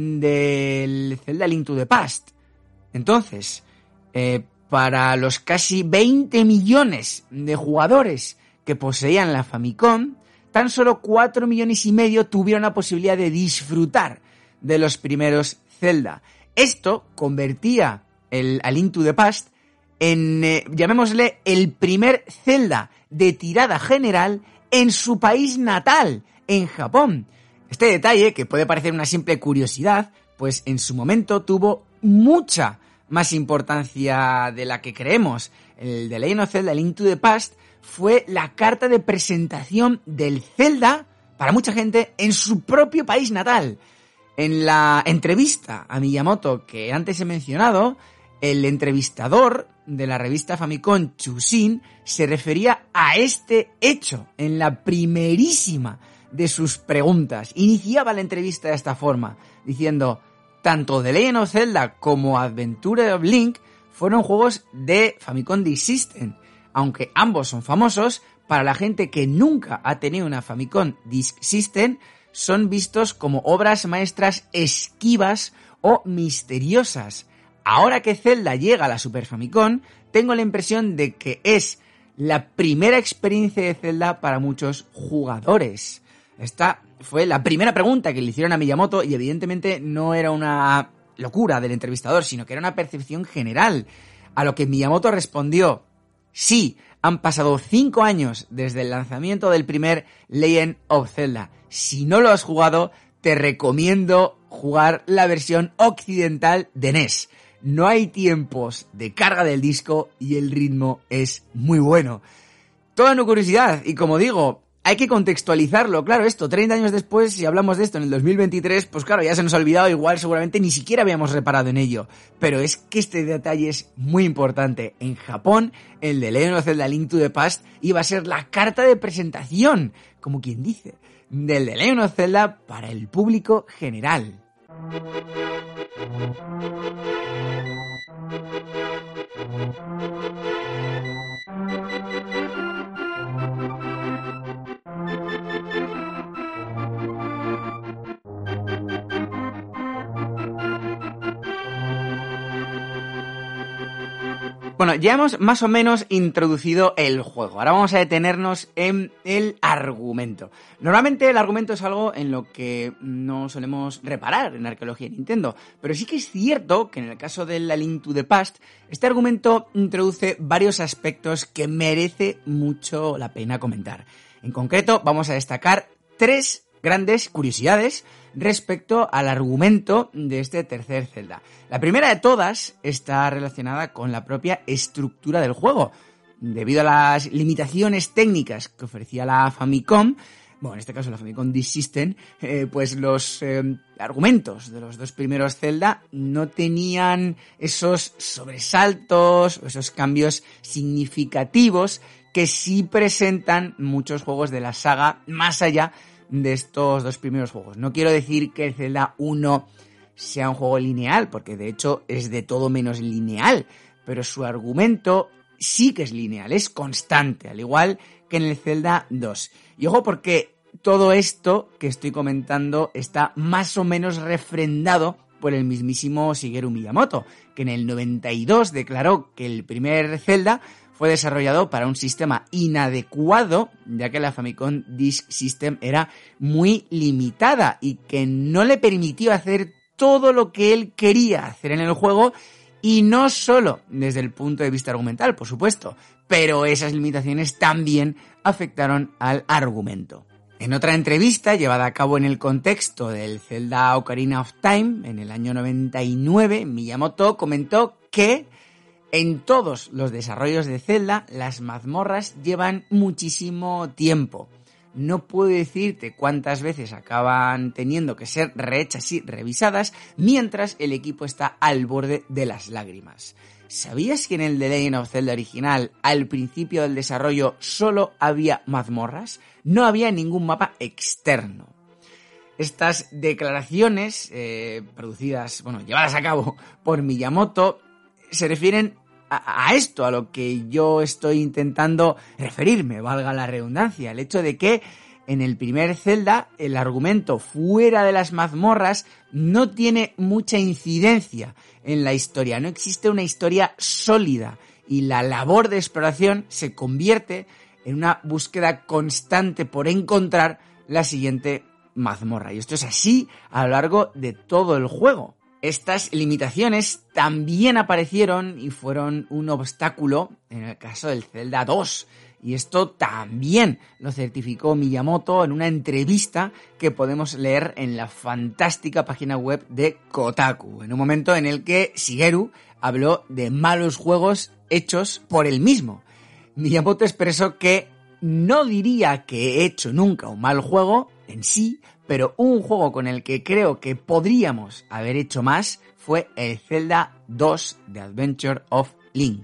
del Zelda Link to the Past. Entonces, para los casi 20 millones de jugadores que poseían la Famicom, tan solo 4,5 millones tuvieron la posibilidad de disfrutar de los primeros Zelda. Esto convertía a Link to the Past en, llamémosle, el primer Zelda de tirada general en su país natal, en Japón. Este detalle, que puede parecer una simple curiosidad, pues en su momento tuvo mucha más importancia de la que creemos. El The Legend of Zelda Link to the Past fue la carta de presentación del Zelda, para mucha gente, en su propio país natal. En la entrevista a Miyamoto que antes he mencionado, el entrevistador de la revista Famicom Chushin se refería a este hecho en la primerísima de sus preguntas. Iniciaba la entrevista de esta forma, diciendo: tanto The Legend of Zelda como Adventure of Link fueron juegos de Famicom Disk System, aunque ambos son famosos, para la gente que nunca ha tenido una Famicom Disk System, son vistos como obras maestras esquivas o misteriosas. Ahora que Zelda llega a la Super Famicom, tengo la impresión de que es la primera experiencia de Zelda para muchos jugadores. Esta fue la primera pregunta que le hicieron a Miyamoto y evidentemente no era una locura del entrevistador, sino que era una percepción general. A lo que Miyamoto respondió: sí, Han pasado 5 años desde el lanzamiento del primer Legend of Zelda. Si no lo has jugado, te recomiendo jugar la versión occidental de NES. No hay tiempos de carga del disco y el ritmo es muy bueno. Toda una curiosidad, y como digo, hay que contextualizarlo. Claro, esto 30 años después, si hablamos de esto en el 2023, pues claro, ya se nos ha olvidado, igual seguramente ni siquiera habíamos reparado en ello. Pero es que este detalle es muy importante. En Japón, el de Legend of Zelda Link to the Past iba a ser la carta de presentación, como quien dice, del de Legend of Zelda para el público general. Bueno, ya hemos más o menos introducido el juego. Ahora vamos a detenernos en el argumento. Normalmente el argumento es algo en lo que no solemos reparar en Arqueología de Nintendo, pero sí que es cierto que en el caso de la Link to the Past, este argumento introduce varios aspectos que merece mucho la pena comentar. En concreto, vamos a destacar 3 grandes curiosidades respecto al argumento de este tercer Zelda. La primera de todas está relacionada con la propia estructura del juego. Debido a las limitaciones técnicas que ofrecía la Famicom, bueno, en este caso la Famicom Disk System, pues los argumentos de los 2 primeros Zelda no tenían esos sobresaltos o esos cambios significativos que sí presentan muchos juegos de la saga más allá de estos 2 primeros juegos. No quiero decir que el Zelda 1 sea un juego lineal, porque de hecho es de todo menos lineal, pero su argumento sí que es lineal, es constante, al igual que en el Zelda 2. Y ojo, porque todo esto que estoy comentando está más o menos refrendado por el mismísimo Shigeru Miyamoto, que en el 92 declaró que el primer Zelda fue desarrollado para un sistema inadecuado, ya que la Famicom Disk System era muy limitada y que no le permitió hacer todo lo que él quería hacer en el juego, y no solo desde el punto de vista argumental, por supuesto, pero esas limitaciones también afectaron al argumento. En otra entrevista llevada a cabo en el contexto del Zelda Ocarina of Time, en el año 99, Miyamoto comentó que en todos los desarrollos de Zelda, las mazmorras llevan muchísimo tiempo. No puedo decirte cuántas veces acaban teniendo que ser rehechas y revisadas mientras el equipo está al borde de las lágrimas. ¿Sabías que en el The Legend of Zelda original, al principio del desarrollo, solo había mazmorras? No había ningún mapa externo. Estas declaraciones, llevadas a cabo por Miyamoto, se refieren a esto, a lo que yo estoy intentando referirme, valga la redundancia, el hecho de que en el primer Zelda el argumento fuera de las mazmorras no tiene mucha incidencia en la historia, no existe una historia sólida y la labor de exploración se convierte en una búsqueda constante por encontrar la siguiente mazmorra, y esto es así a lo largo de todo el juego. Estas limitaciones también aparecieron y fueron un obstáculo en el caso del Zelda 2. Y esto también lo certificó Miyamoto en una entrevista que podemos leer en la fantástica página web de Kotaku, en un momento en el que Shigeru habló de malos juegos hechos por él mismo. Miyamoto expresó que no diría que he hecho nunca un mal juego en sí, pero un juego con el que creo que podríamos haber hecho más fue el Zelda 2 The Adventure of Link.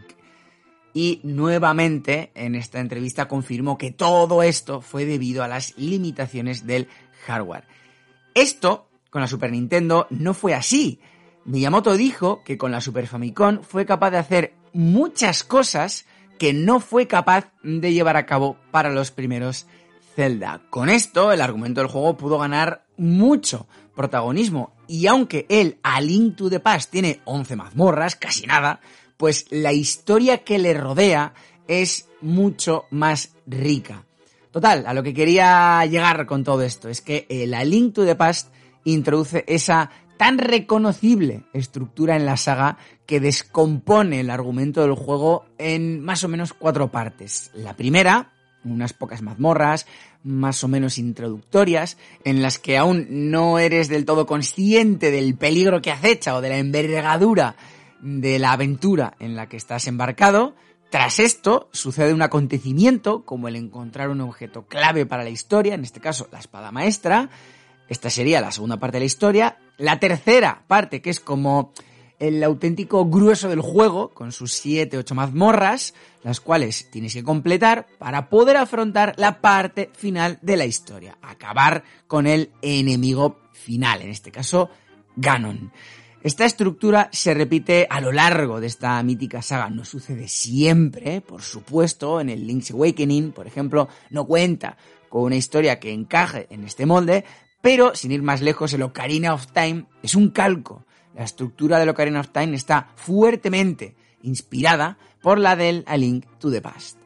Y nuevamente en esta entrevista confirmó que todo esto fue debido a las limitaciones del hardware. Esto con la Super Nintendo no fue así. Miyamoto dijo que con la Super Famicom fue capaz de hacer muchas cosas que no fue capaz de llevar a cabo para los primeros Zelda. Con esto, el argumento del juego pudo ganar mucho protagonismo, y aunque él, A Link to the Past, tiene 11 mazmorras, casi nada, pues la historia que le rodea es mucho más rica. Total, a lo que quería llegar con todo esto es que el A Link to the Past introduce esa tan reconocible estructura en la saga que descompone el argumento del juego en más o menos 4 partes. La primera, unas pocas mazmorras, más o menos introductorias, en las que aún no eres del todo consciente del peligro que acecha o de la envergadura de la aventura en la que estás embarcado. Tras esto, sucede un acontecimiento, como el encontrar un objeto clave para la historia, en este caso la espada maestra. Esta sería la segunda parte de la historia. La tercera parte, que es como el auténtico grueso del juego, con sus 7, 8 mazmorras, las cuales tienes que completar para poder afrontar la parte final de la historia, acabar con el enemigo final, en este caso Ganon. Esta estructura se repite a lo largo de esta mítica saga. No sucede siempre, por supuesto. En el Link's Awakening, por ejemplo, no cuenta con una historia que encaje en este molde, pero, sin ir más lejos, el Ocarina of Time es un calco. La estructura del Ocarina of Time está fuertemente inspirada por la del A Link to the Past.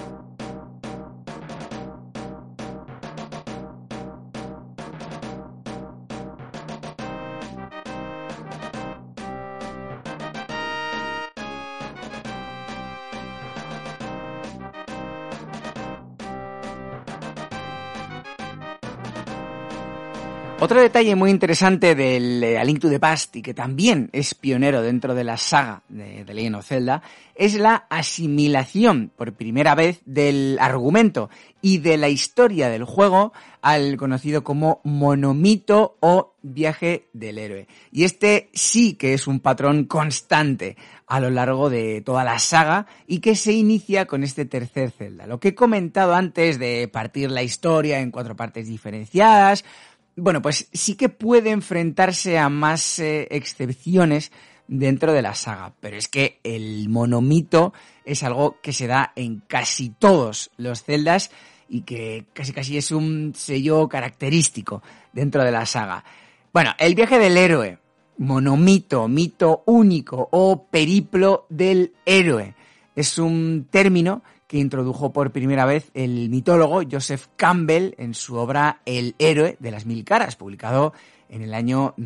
Otro detalle muy interesante del A Link to the Past, y que también es pionero dentro de la saga de The Legend of Zelda, es la asimilación por primera vez del argumento y de la historia del juego al conocido como monomito o viaje del héroe. Y este sí que es un patrón constante a lo largo de toda la saga y que se inicia con este tercer Zelda. Lo que he comentado antes de partir la historia en 4 partes diferenciadas, bueno, pues sí que puede enfrentarse a más excepciones dentro de la saga, pero es que el monomito es algo que se da en casi todos los Zeldas y que casi es un sello característico dentro de la saga. Bueno, el viaje del héroe, monomito, mito único o periplo del héroe, es un término que introdujo por primera vez el mitólogo Joseph Campbell en su obra El héroe de las 1000 caras, publicado en el año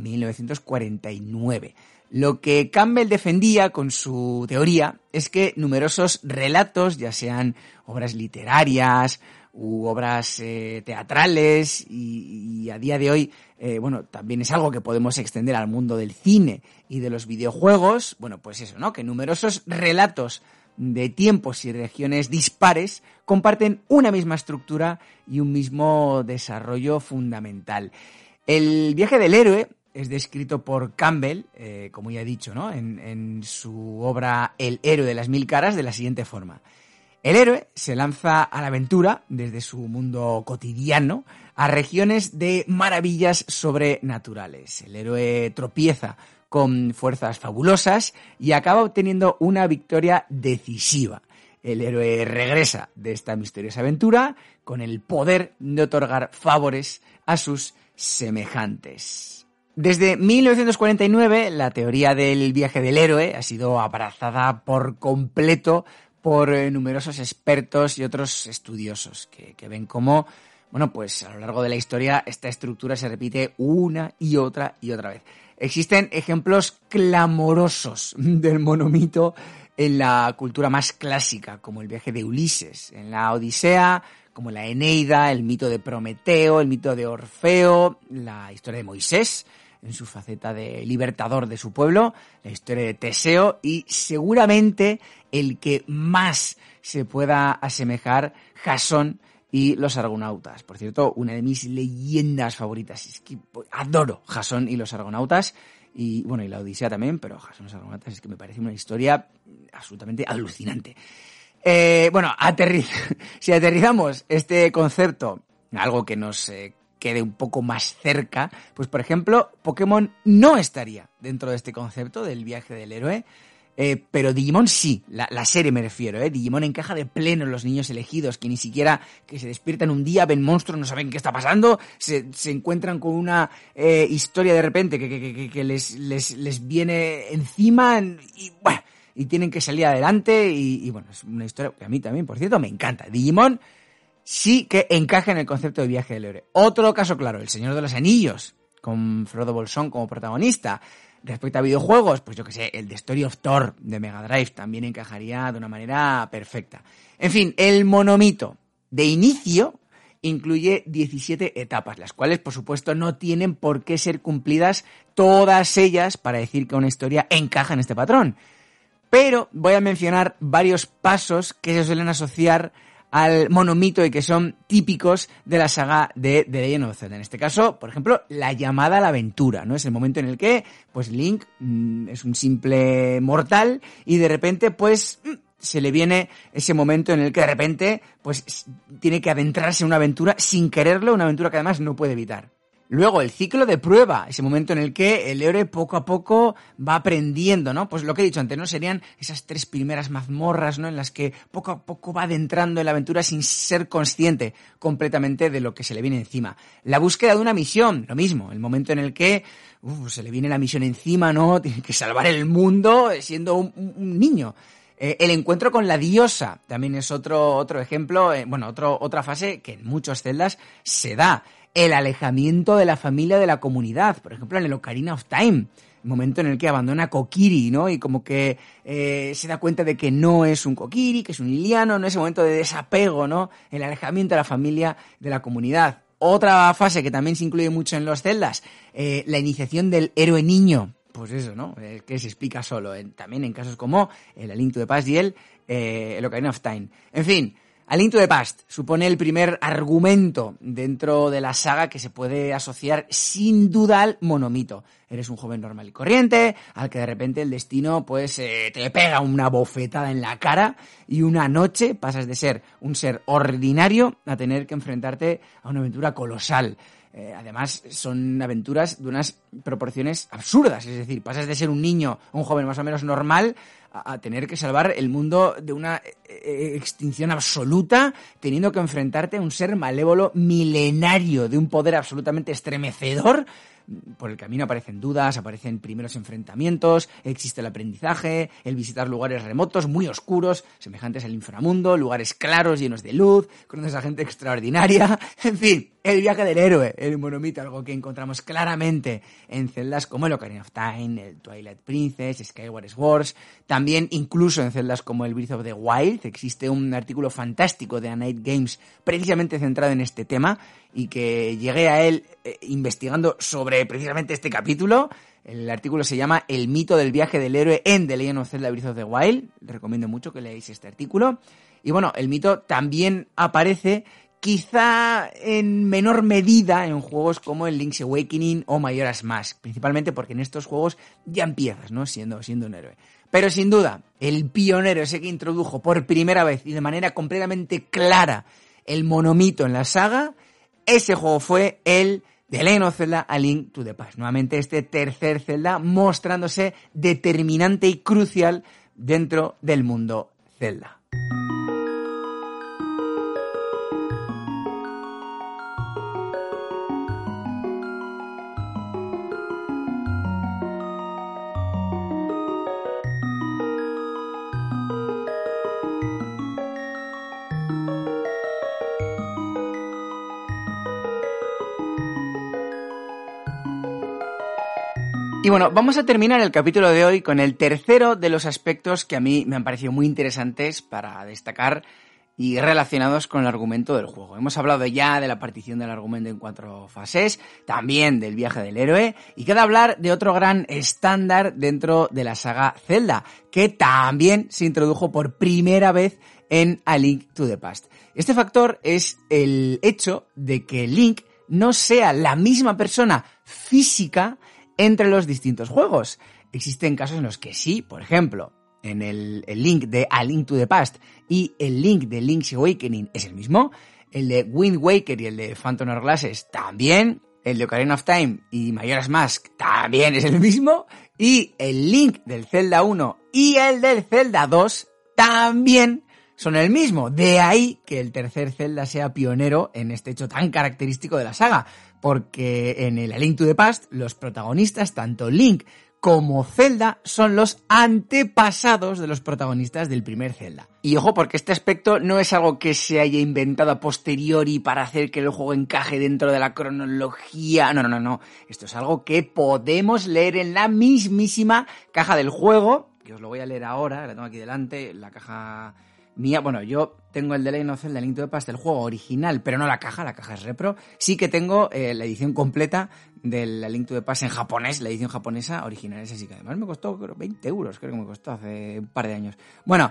1949. Lo que Campbell defendía con su teoría es que numerosos relatos, ya sean obras literarias u obras teatrales y a día de hoy, también es algo que podemos extender al mundo del cine y de los videojuegos, bueno, pues eso, ¿no? Que numerosos relatos de tiempos y regiones dispares comparten una misma estructura y un mismo desarrollo fundamental. El viaje del héroe es descrito por Campbell, como ya he dicho, ¿no? en su obra El héroe de las 1000 caras de la siguiente forma. El héroe se lanza a la aventura desde su mundo cotidiano a regiones de maravillas sobrenaturales. El héroe tropieza con fuerzas fabulosas y acaba obteniendo una victoria decisiva. El héroe regresa de esta misteriosa aventura con el poder de otorgar favores a sus semejantes. Desde 1949, la teoría del viaje del héroe ha sido abrazada por completo por numerosos expertos y otros estudiosos que ven cómo, bueno, pues a lo largo de la historia esta estructura se repite una y otra vez. Existen ejemplos clamorosos del monomito en la cultura más clásica, como el viaje de Ulises, en la Odisea, como la Eneida, el mito de Prometeo, el mito de Orfeo, la historia de Moisés, en su faceta de libertador de su pueblo, la historia de Teseo y seguramente el que más se pueda asemejar, Jasón y los Argonautas. Por cierto, una de mis leyendas favoritas. Es que adoro Jasón y los Argonautas. Y bueno, y la Odisea también, pero Jasón y los Argonautas es que me parece una historia absolutamente alucinante. Si aterrizamos este concepto, algo que nos quede un poco más cerca, pues por ejemplo, Pokémon no estaría dentro de este concepto del viaje del héroe. Pero Digimon sí, la serie me refiero, Digimon encaja de pleno en los niños elegidos, que ni siquiera que se despiertan un día, ven monstruos, no saben qué está pasando, se encuentran con una historia de repente que les viene encima y tienen que salir adelante y bueno, es una historia que a mí también, por cierto, me encanta. Digimon sí que encaja en el concepto de viaje del héroe. Otro caso claro, El Señor de los Anillos, con Frodo Bolsón como protagonista. Respecto a videojuegos, pues yo que sé, el The Story of Thor de Mega Drive también encajaría de una manera perfecta. En fin, el monomito de inicio incluye 17 etapas, las cuales, por supuesto, no tienen por qué ser cumplidas todas ellas para decir que una historia encaja en este patrón. Pero voy a mencionar varios pasos que se suelen asociar al monomito y que son típicos de la saga de The Legend of Zelda. En este caso, por ejemplo, la llamada a la aventura, ¿no? Es el momento en el que, pues, Link es un simple mortal y de repente, pues, se le viene ese momento en el que de repente, pues, tiene que adentrarse en una aventura sin quererlo, una aventura que además no puede evitar. Luego, el ciclo de prueba, ese momento en el que el héroe poco a poco va aprendiendo, ¿no? Pues lo que he dicho antes, ¿no? Serían esas 3 primeras mazmorras, ¿no? En las que poco a poco va adentrando en la aventura sin ser consciente completamente de lo que se le viene encima. La búsqueda de una misión, lo mismo, el momento en el que se le viene la misión encima, ¿no? Tiene que salvar el mundo siendo un niño. El encuentro con la diosa también es otro ejemplo, otra fase que en muchos Zeldas se da. El alejamiento de la familia de la comunidad, por ejemplo en el Ocarina of Time, el momento en el que abandona a Kokiri, ¿no? Y como que se da cuenta de que no es un Kokiri, que es un Liliano, ¿no? Ese momento de desapego, ¿no? El alejamiento de la familia de la comunidad. Otra fase que también se incluye mucho en los Zeldas, la iniciación del héroe niño. Pues eso, ¿no? Que se explica solo. También en casos como el A Link to the Past y el Ocarina of Time. En fin, A Link to the Past supone el primer argumento dentro de la saga que se puede asociar sin duda al monomito. Eres un joven normal y corriente, al que de repente el destino pues te pega una bofetada en la cara y una noche pasas de ser un ser ordinario a tener que enfrentarte a una aventura colosal. Además, son aventuras de unas proporciones absurdas, es decir, pasas de ser un niño, un joven más o menos normal, a tener que salvar el mundo de una extinción absoluta, teniendo que enfrentarte a un ser malévolo milenario de un poder absolutamente estremecedor. Por el camino aparecen dudas, aparecen primeros enfrentamientos, existe el aprendizaje, el visitar lugares remotos, muy oscuros, semejantes al inframundo, lugares claros, llenos de luz, conoces a gente extraordinaria, en fin, el viaje del héroe, el monomito, algo que encontramos claramente en celdas como el Ocarina of Time, el Twilight Princess, Skyward Sword, también incluso en celdas como el Breath of the Wild. Existe un artículo fantástico de A Night Games precisamente centrado en este tema y que llegué a él investigando sobre precisamente este capítulo. El artículo se llama El mito del viaje del héroe en The Legend of Zelda Breath of the Wild. Les recomiendo mucho que leáis este artículo. Y bueno, el mito también aparece quizá en menor medida en juegos como el Link's Awakening o Majora's Mask, principalmente porque en estos juegos ya empiezas, ¿no? siendo un héroe. Pero sin duda, el pionero, ese que introdujo por primera vez y de manera completamente clara el monomito en la saga, ese juego fue el The Legend of Zelda A Link to the Past. Nuevamente este tercer Zelda mostrándose determinante y crucial dentro del mundo Zelda. Y bueno, vamos a terminar el capítulo de hoy con el tercero de los aspectos que a mí me han parecido muy interesantes para destacar y relacionados con el argumento del juego. Hemos hablado ya de la partición del argumento en 4 fases, también del viaje del héroe, y queda hablar de otro gran estándar dentro de la saga Zelda, que también se introdujo por primera vez en A Link to the Past. Este factor es el hecho de que Link no sea la misma persona física entre los distintos juegos. Existen casos en los que sí, por ejemplo, en el Link de A Link to the Past y el Link de Link's Awakening es el mismo, el de Wind Waker y el de Phantom Hourglasses también, el de Ocarina of Time y Majora's Mask también es el mismo, y el Link del Zelda 1 y el del Zelda 2 también son el mismo. De ahí que el tercer Zelda sea pionero en este hecho tan característico de la saga, porque en el A Link to the Past los protagonistas, tanto Link como Zelda, son los antepasados de los protagonistas del primer Zelda. Y ojo, porque este aspecto no es algo que se haya inventado a posteriori para hacer que el juego encaje dentro de la cronología. No. Esto es algo que podemos leer en la mismísima caja del juego, que os lo voy a leer ahora, la tengo aquí delante, la caja mía. Bueno, yo tengo el The Legend of Zelda Link to the Past, el juego original, pero no la caja es repro. Sí que tengo la edición completa de la Link to the Past en japonés, la edición japonesa original, esa sí que además me costó 20 euros, creo que me costó hace un par de años. Bueno,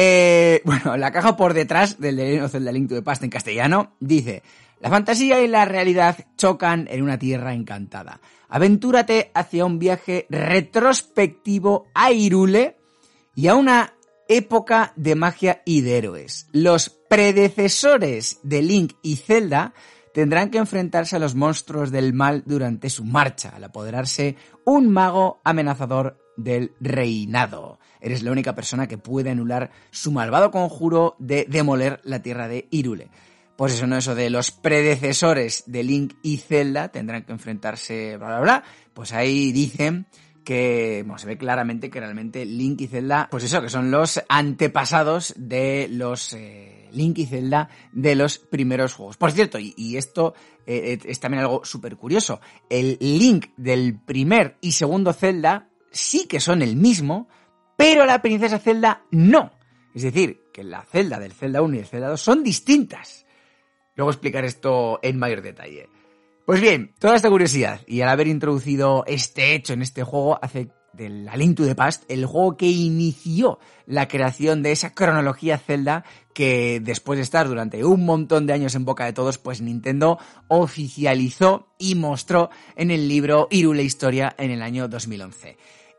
la caja por detrás del The Legend of Zelda Link to the Past en castellano dice: la fantasía y la realidad chocan en una tierra encantada. Aventúrate hacia un viaje retrospectivo a Hyrule y a una época de magia y de héroes. Los predecesores de Link y Zelda tendrán que enfrentarse a los monstruos del mal durante su marcha, al apoderarse un mago amenazador del reinado. Eres la única persona que puede anular su malvado conjuro de demoler la tierra de Hyrule. Pues eso de los predecesores de Link y Zelda tendrán que enfrentarse, bla, bla, bla. Pues ahí dicen que se ve claramente que realmente Link y Zelda, pues eso, que son los antepasados de los Link y Zelda de los primeros juegos. Por cierto, y esto es también algo súper curioso, el Link del primer y segundo Zelda sí que son el mismo, pero la princesa Zelda no. Es decir, que la Zelda del Zelda 1 y el Zelda 2 son distintas. Luego explicaré esto en mayor detalle. Pues bien, toda esta curiosidad y al haber introducido este hecho en este juego hace de la Link to the Past el juego que inició la creación de esa cronología Zelda que después de estar durante un montón de años en boca de todos, pues Nintendo oficializó y mostró en el libro Hyrule Historia en el año 2011.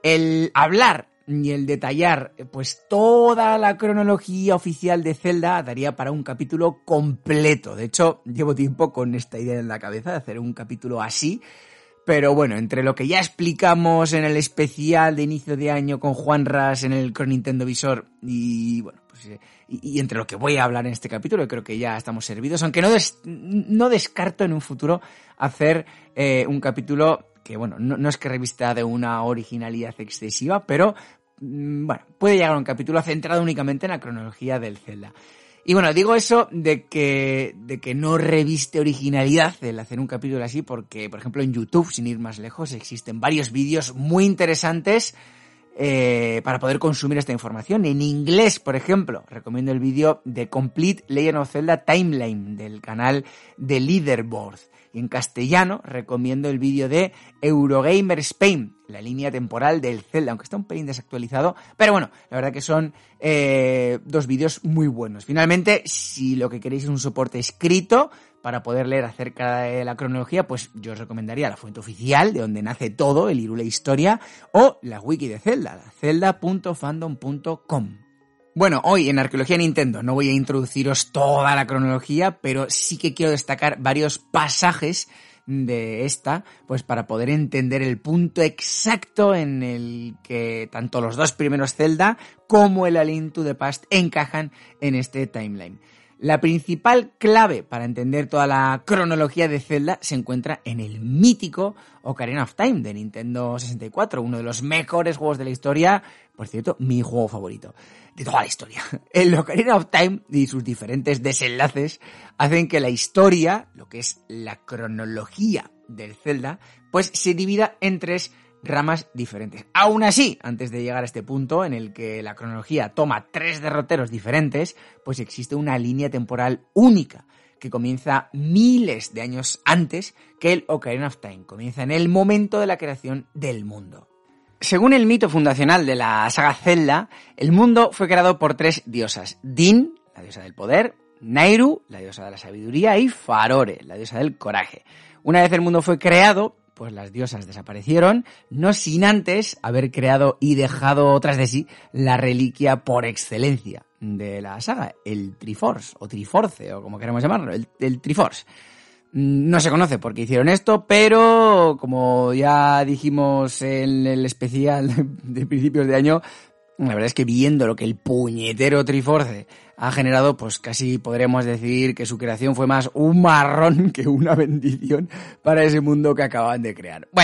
El hablar y el detallar pues toda la cronología oficial de Zelda daría para un capítulo completo. De hecho, llevo tiempo con esta idea en la cabeza de hacer un capítulo así, pero bueno, entre lo que ya explicamos en el especial de inicio de año con Juan Ras en el Nintendo Visor y bueno, pues y entre lo que voy a hablar en este capítulo, creo que ya estamos servidos, aunque no descarto en un futuro hacer un capítulo que bueno, no es que revista de una originalidad excesiva, pero bueno, puede llegar a un capítulo centrado únicamente en la cronología del Zelda. Y bueno, digo eso de que no reviste originalidad el hacer un capítulo así porque, por ejemplo, en YouTube, sin ir más lejos, existen varios vídeos muy interesantes para poder consumir esta información. En inglés, por ejemplo, recomiendo el vídeo de Complete Legend of Zelda Timeline del canal de Leaderboard. Y en castellano recomiendo el vídeo de Eurogamer Spain, la línea temporal del Zelda, aunque está un pelín desactualizado, pero bueno, la verdad que son dos vídeos muy buenos. Finalmente, si lo que queréis es un soporte escrito para poder leer acerca de la cronología, pues yo os recomendaría la fuente oficial, de donde nace todo, el Hyrule Historia, o la wiki de Zelda, la zelda.fandom.com. Bueno, hoy en Arqueología Nintendo no voy a introduciros toda la cronología, pero sí que quiero destacar varios pasajes de esta, pues para poder entender el punto exacto en el que tanto los dos primeros Zelda como el A Link to the Past encajan en este timeline. La principal clave para entender toda la cronología de Zelda se encuentra en el mítico Ocarina of Time de Nintendo 64, uno de los mejores juegos de la historia, por cierto, mi juego favorito de toda la historia. El Ocarina of Time y sus diferentes desenlaces hacen que la historia, lo que es la cronología del Zelda, pues se divida en tres ramas diferentes. Aún así, antes de llegar a este punto en el que la cronología toma tres derroteros diferentes, pues existe una línea temporal única que comienza miles de años antes que el Ocarina of Time. Comienza en el momento de la creación del mundo. Según el mito fundacional de la saga Zelda, el mundo fue creado por tres diosas: Din, la diosa del poder; Nayru, la diosa de la sabiduría; y Farore, la diosa del coraje. Una vez el mundo fue creado, pues las diosas desaparecieron, no sin antes haber creado y dejado tras de sí la reliquia por excelencia de la saga, el Triforce, o Triforce, o como queremos llamarlo, el Triforce. No se conoce por qué hicieron esto, pero como ya dijimos en el especial de principios de año, la verdad es que viendo lo que el puñetero Triforce ha generado, pues casi podremos decir que su creación fue más un marrón que una bendición para ese mundo que acaban de crear. Bueno,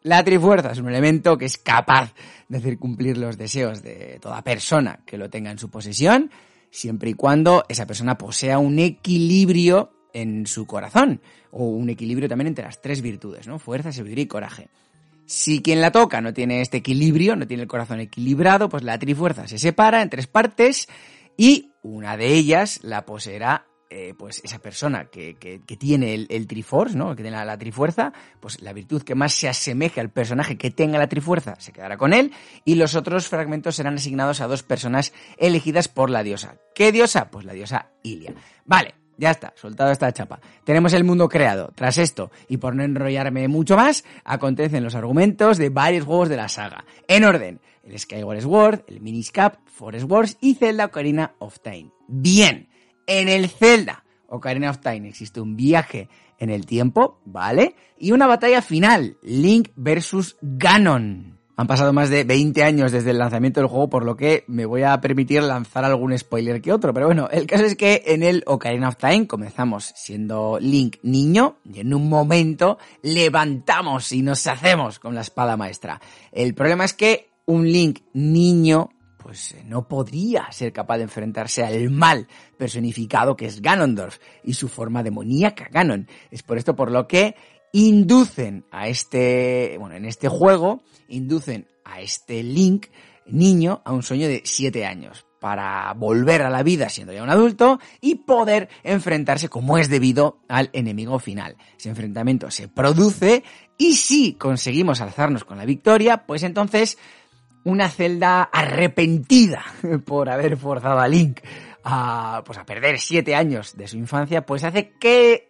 La Trifuerza es un elemento que es capaz de hacer cumplir los deseos de toda persona que lo tenga en su posesión, siempre y cuando esa persona posea un equilibrio en su corazón, o un equilibrio también entre las 3 virtudes, ¿no? Fuerza, sabiduría y coraje. Si quien la toca no tiene este equilibrio, no tiene el corazón equilibrado, pues la Trifuerza se separa en 3 partes y una de ellas la poseerá pues esa persona que tiene el Triforce, ¿no? Que tiene la Trifuerza, pues la virtud que más se asemeje al personaje que tenga la Trifuerza se quedará con él y los otros fragmentos serán asignados a 2 personas elegidas por la diosa. ¿Qué diosa? Pues la diosa Hylia. Vale, ya está, soltado esta chapa. Tenemos el mundo creado. Tras esto, y por no enrollarme mucho más, acontecen los argumentos de varios juegos de la saga. En orden, el Skyward Sword, el Minish Cap, Forest Wars y Zelda Ocarina of Time. Bien. En el Zelda Ocarina of Time existe un viaje en el tiempo, ¿vale? Y una batalla final, Link versus Ganon. Han pasado más de 20 años desde el lanzamiento del juego, por lo que me voy a permitir lanzar algún spoiler que otro. Pero bueno, el caso es que en el Ocarina of Time comenzamos siendo Link niño y en un momento levantamos y nos hacemos con la espada maestra. El problema es que un Link niño pues no podría ser capaz de enfrentarse al mal personificado que es Ganondorf y su forma demoníaca Ganon. Es por esto por lo que inducen a en este juego, inducen a este Link niño a un sueño de 7 años para volver a la vida siendo ya un adulto y poder enfrentarse como es debido al enemigo final. Ese enfrentamiento se produce y si conseguimos alzarnos con la victoria, pues entonces una Zelda arrepentida por haber forzado a Link a perder 7 años de su infancia, pues hace que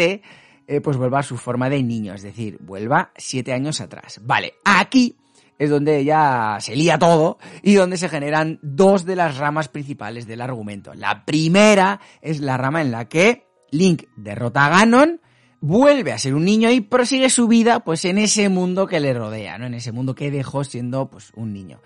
pues vuelva a su forma de niño, es decir, vuelva 7 años atrás. Vale, aquí es donde ya se lía todo y donde se generan 2 de las ramas principales del argumento. La primera es la rama en la que Link derrota a Ganon, vuelve a ser un niño y prosigue su vida pues en ese mundo que le rodea, ¿no? En ese mundo que dejó siendo pues un niño.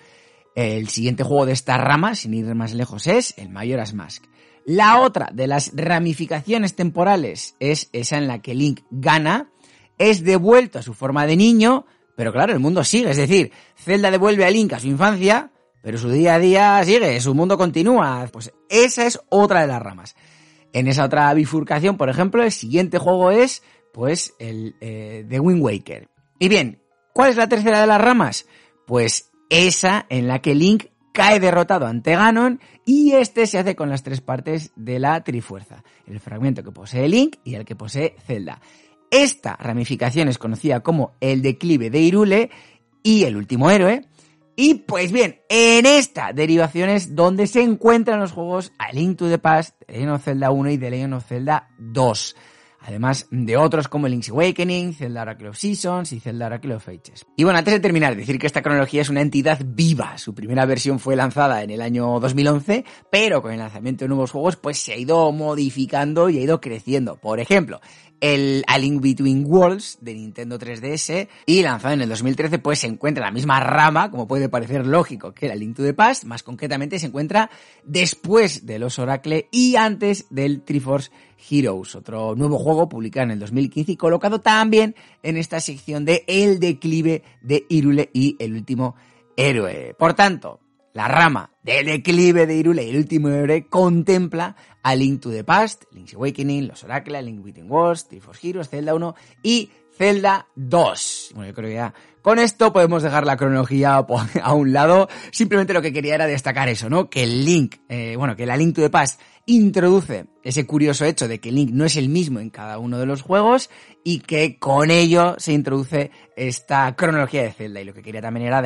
El siguiente juego de esta rama, sin ir más lejos, es el Majora's Mask. La otra de las ramificaciones temporales es esa en la que Link gana, es devuelto a su forma de niño, pero claro, el mundo sigue, es decir, Zelda devuelve a Link a su infancia, pero su día a día sigue, su mundo continúa. Pues esa es otra de las ramas. En esa otra bifurcación, por ejemplo, el siguiente juego es, pues, el The Wind Waker. Y bien, ¿cuál es la tercera de las ramas? Pues esa en la que Link cae derrotado ante Ganon y se hace con las 3 partes de la Trifuerza. El fragmento que posee Link y el que posee Zelda. Esta ramificación es conocida como el declive de Hyrule y el último héroe. Y pues bien, en esta derivación es donde se encuentran los juegos A Link to the Past, The Legend of Zelda 1 y The Legend of Zelda 2. Además de otros como Link's Awakening, Zelda Oracle of Seasons y Zelda Oracle of Ages. Y bueno, antes de terminar, decir que esta cronología es una entidad viva. Su primera versión fue lanzada en el año 2011, pero con el lanzamiento de nuevos juegos pues se ha ido modificando y ha ido creciendo. Por ejemplo, el A Link Between Worlds de Nintendo 3DS y lanzado en el 2013 pues se encuentra en la misma rama, como puede parecer lógico, que era Link to the Past. Más concretamente se encuentra después de los Oracle y antes del Triforce Heroes, otro nuevo juego publicado en el 2015 y colocado también en esta sección de el declive de Hyrule y el último héroe. Por tanto, la rama del declive de Hyrule y el último héroe contempla a Link to the Past, Link's Awakening, los Oracle, Link Between Worlds, Triforce Heroes, Zelda 1 y Zelda 2. Bueno, yo creo que ya con esto podemos dejar la cronología a un lado. Simplemente lo que quería era destacar eso, ¿no? Que el Link, que la Link to the Past introduce ese curioso hecho de que Link no es el mismo en cada uno de los juegos y que con ello se introduce esta cronología de Zelda. Y lo que quería también era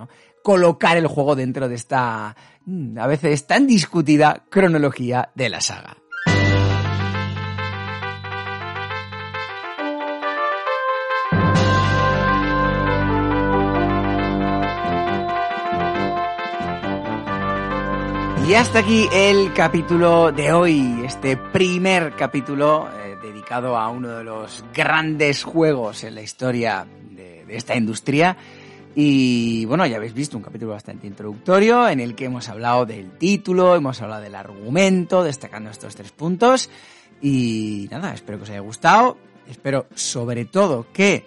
colocar el juego dentro de esta, a veces tan discutida, cronología de la saga. Y hasta aquí el capítulo de hoy, este primer capítulo dedicado a uno de los grandes juegos en la historia de esta industria. Y bueno, ya habéis visto un capítulo bastante introductorio en el que hemos hablado del título, hemos hablado del argumento, destacando estos 3 puntos. Y nada, espero que os haya gustado, espero sobre todo que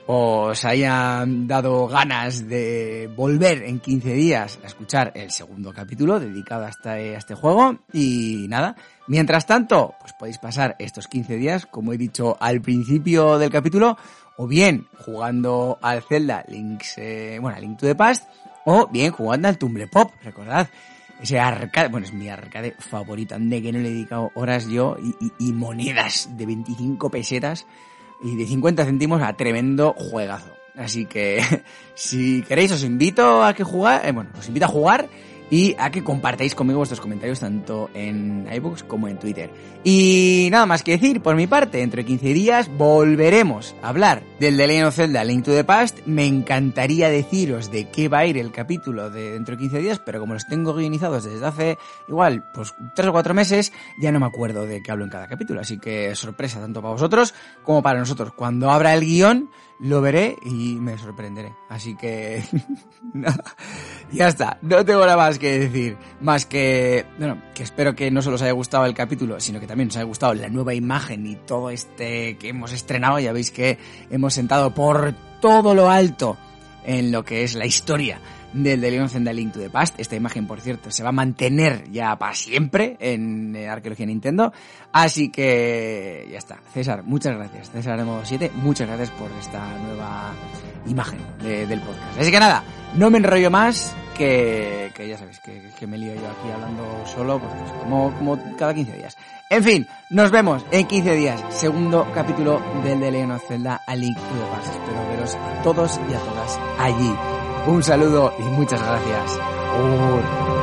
os hayan dado ganas de volver en 15 días a escuchar el segundo capítulo dedicado a este juego. Y nada, mientras tanto, pues podéis pasar estos 15 días, como he dicho al principio del capítulo, o bien jugando al Zelda Link to the Past, o bien jugando al Tumble Pop. Recordad, ese arcade, bueno, es mi arcade favorito, de que no le he dedicado horas yo y monedas de 25 pesetas y de 50 céntimos a tremendo juegazo. Así que si queréis os invito a os invito a jugar y a que compartáis conmigo vuestros comentarios tanto en iVoox como en Twitter. Y nada más que decir, por mi parte, dentro de 15 días volveremos a hablar del The Legend of Zelda Link to the Past. Me encantaría deciros de qué va a ir el capítulo de dentro de 15 días, pero como los tengo guionizados desde hace igual 3 o 4 meses, ya no me acuerdo de qué hablo en cada capítulo, así que sorpresa tanto para vosotros como para nosotros. Cuando abra el guión lo veré y me sorprenderé, así que nada, ya está, no tengo nada más que decir, más que espero que no solo os haya gustado el capítulo, sino que también os haya gustado la nueva imagen y todo que hemos estrenado. Ya veis que hemos sentado por todo lo alto en lo que es la historia del The Legend of Zelda Link to the Past. Esta imagen, por cierto, se va a mantener ya para siempre en Arqueología Nintendo. Así que ya está. César, muchas gracias. César de Modo 7, muchas gracias por esta nueva imagen del podcast. Así que nada, no me enrollo más, que ya sabéis que me lío yo aquí hablando solo, pues como cada 15 días. En fin, nos vemos en 15 días. Segundo capítulo del The Legend of Zelda A Link to the Past. Espero veros a todos y a todas allí. Un saludo y muchas gracias.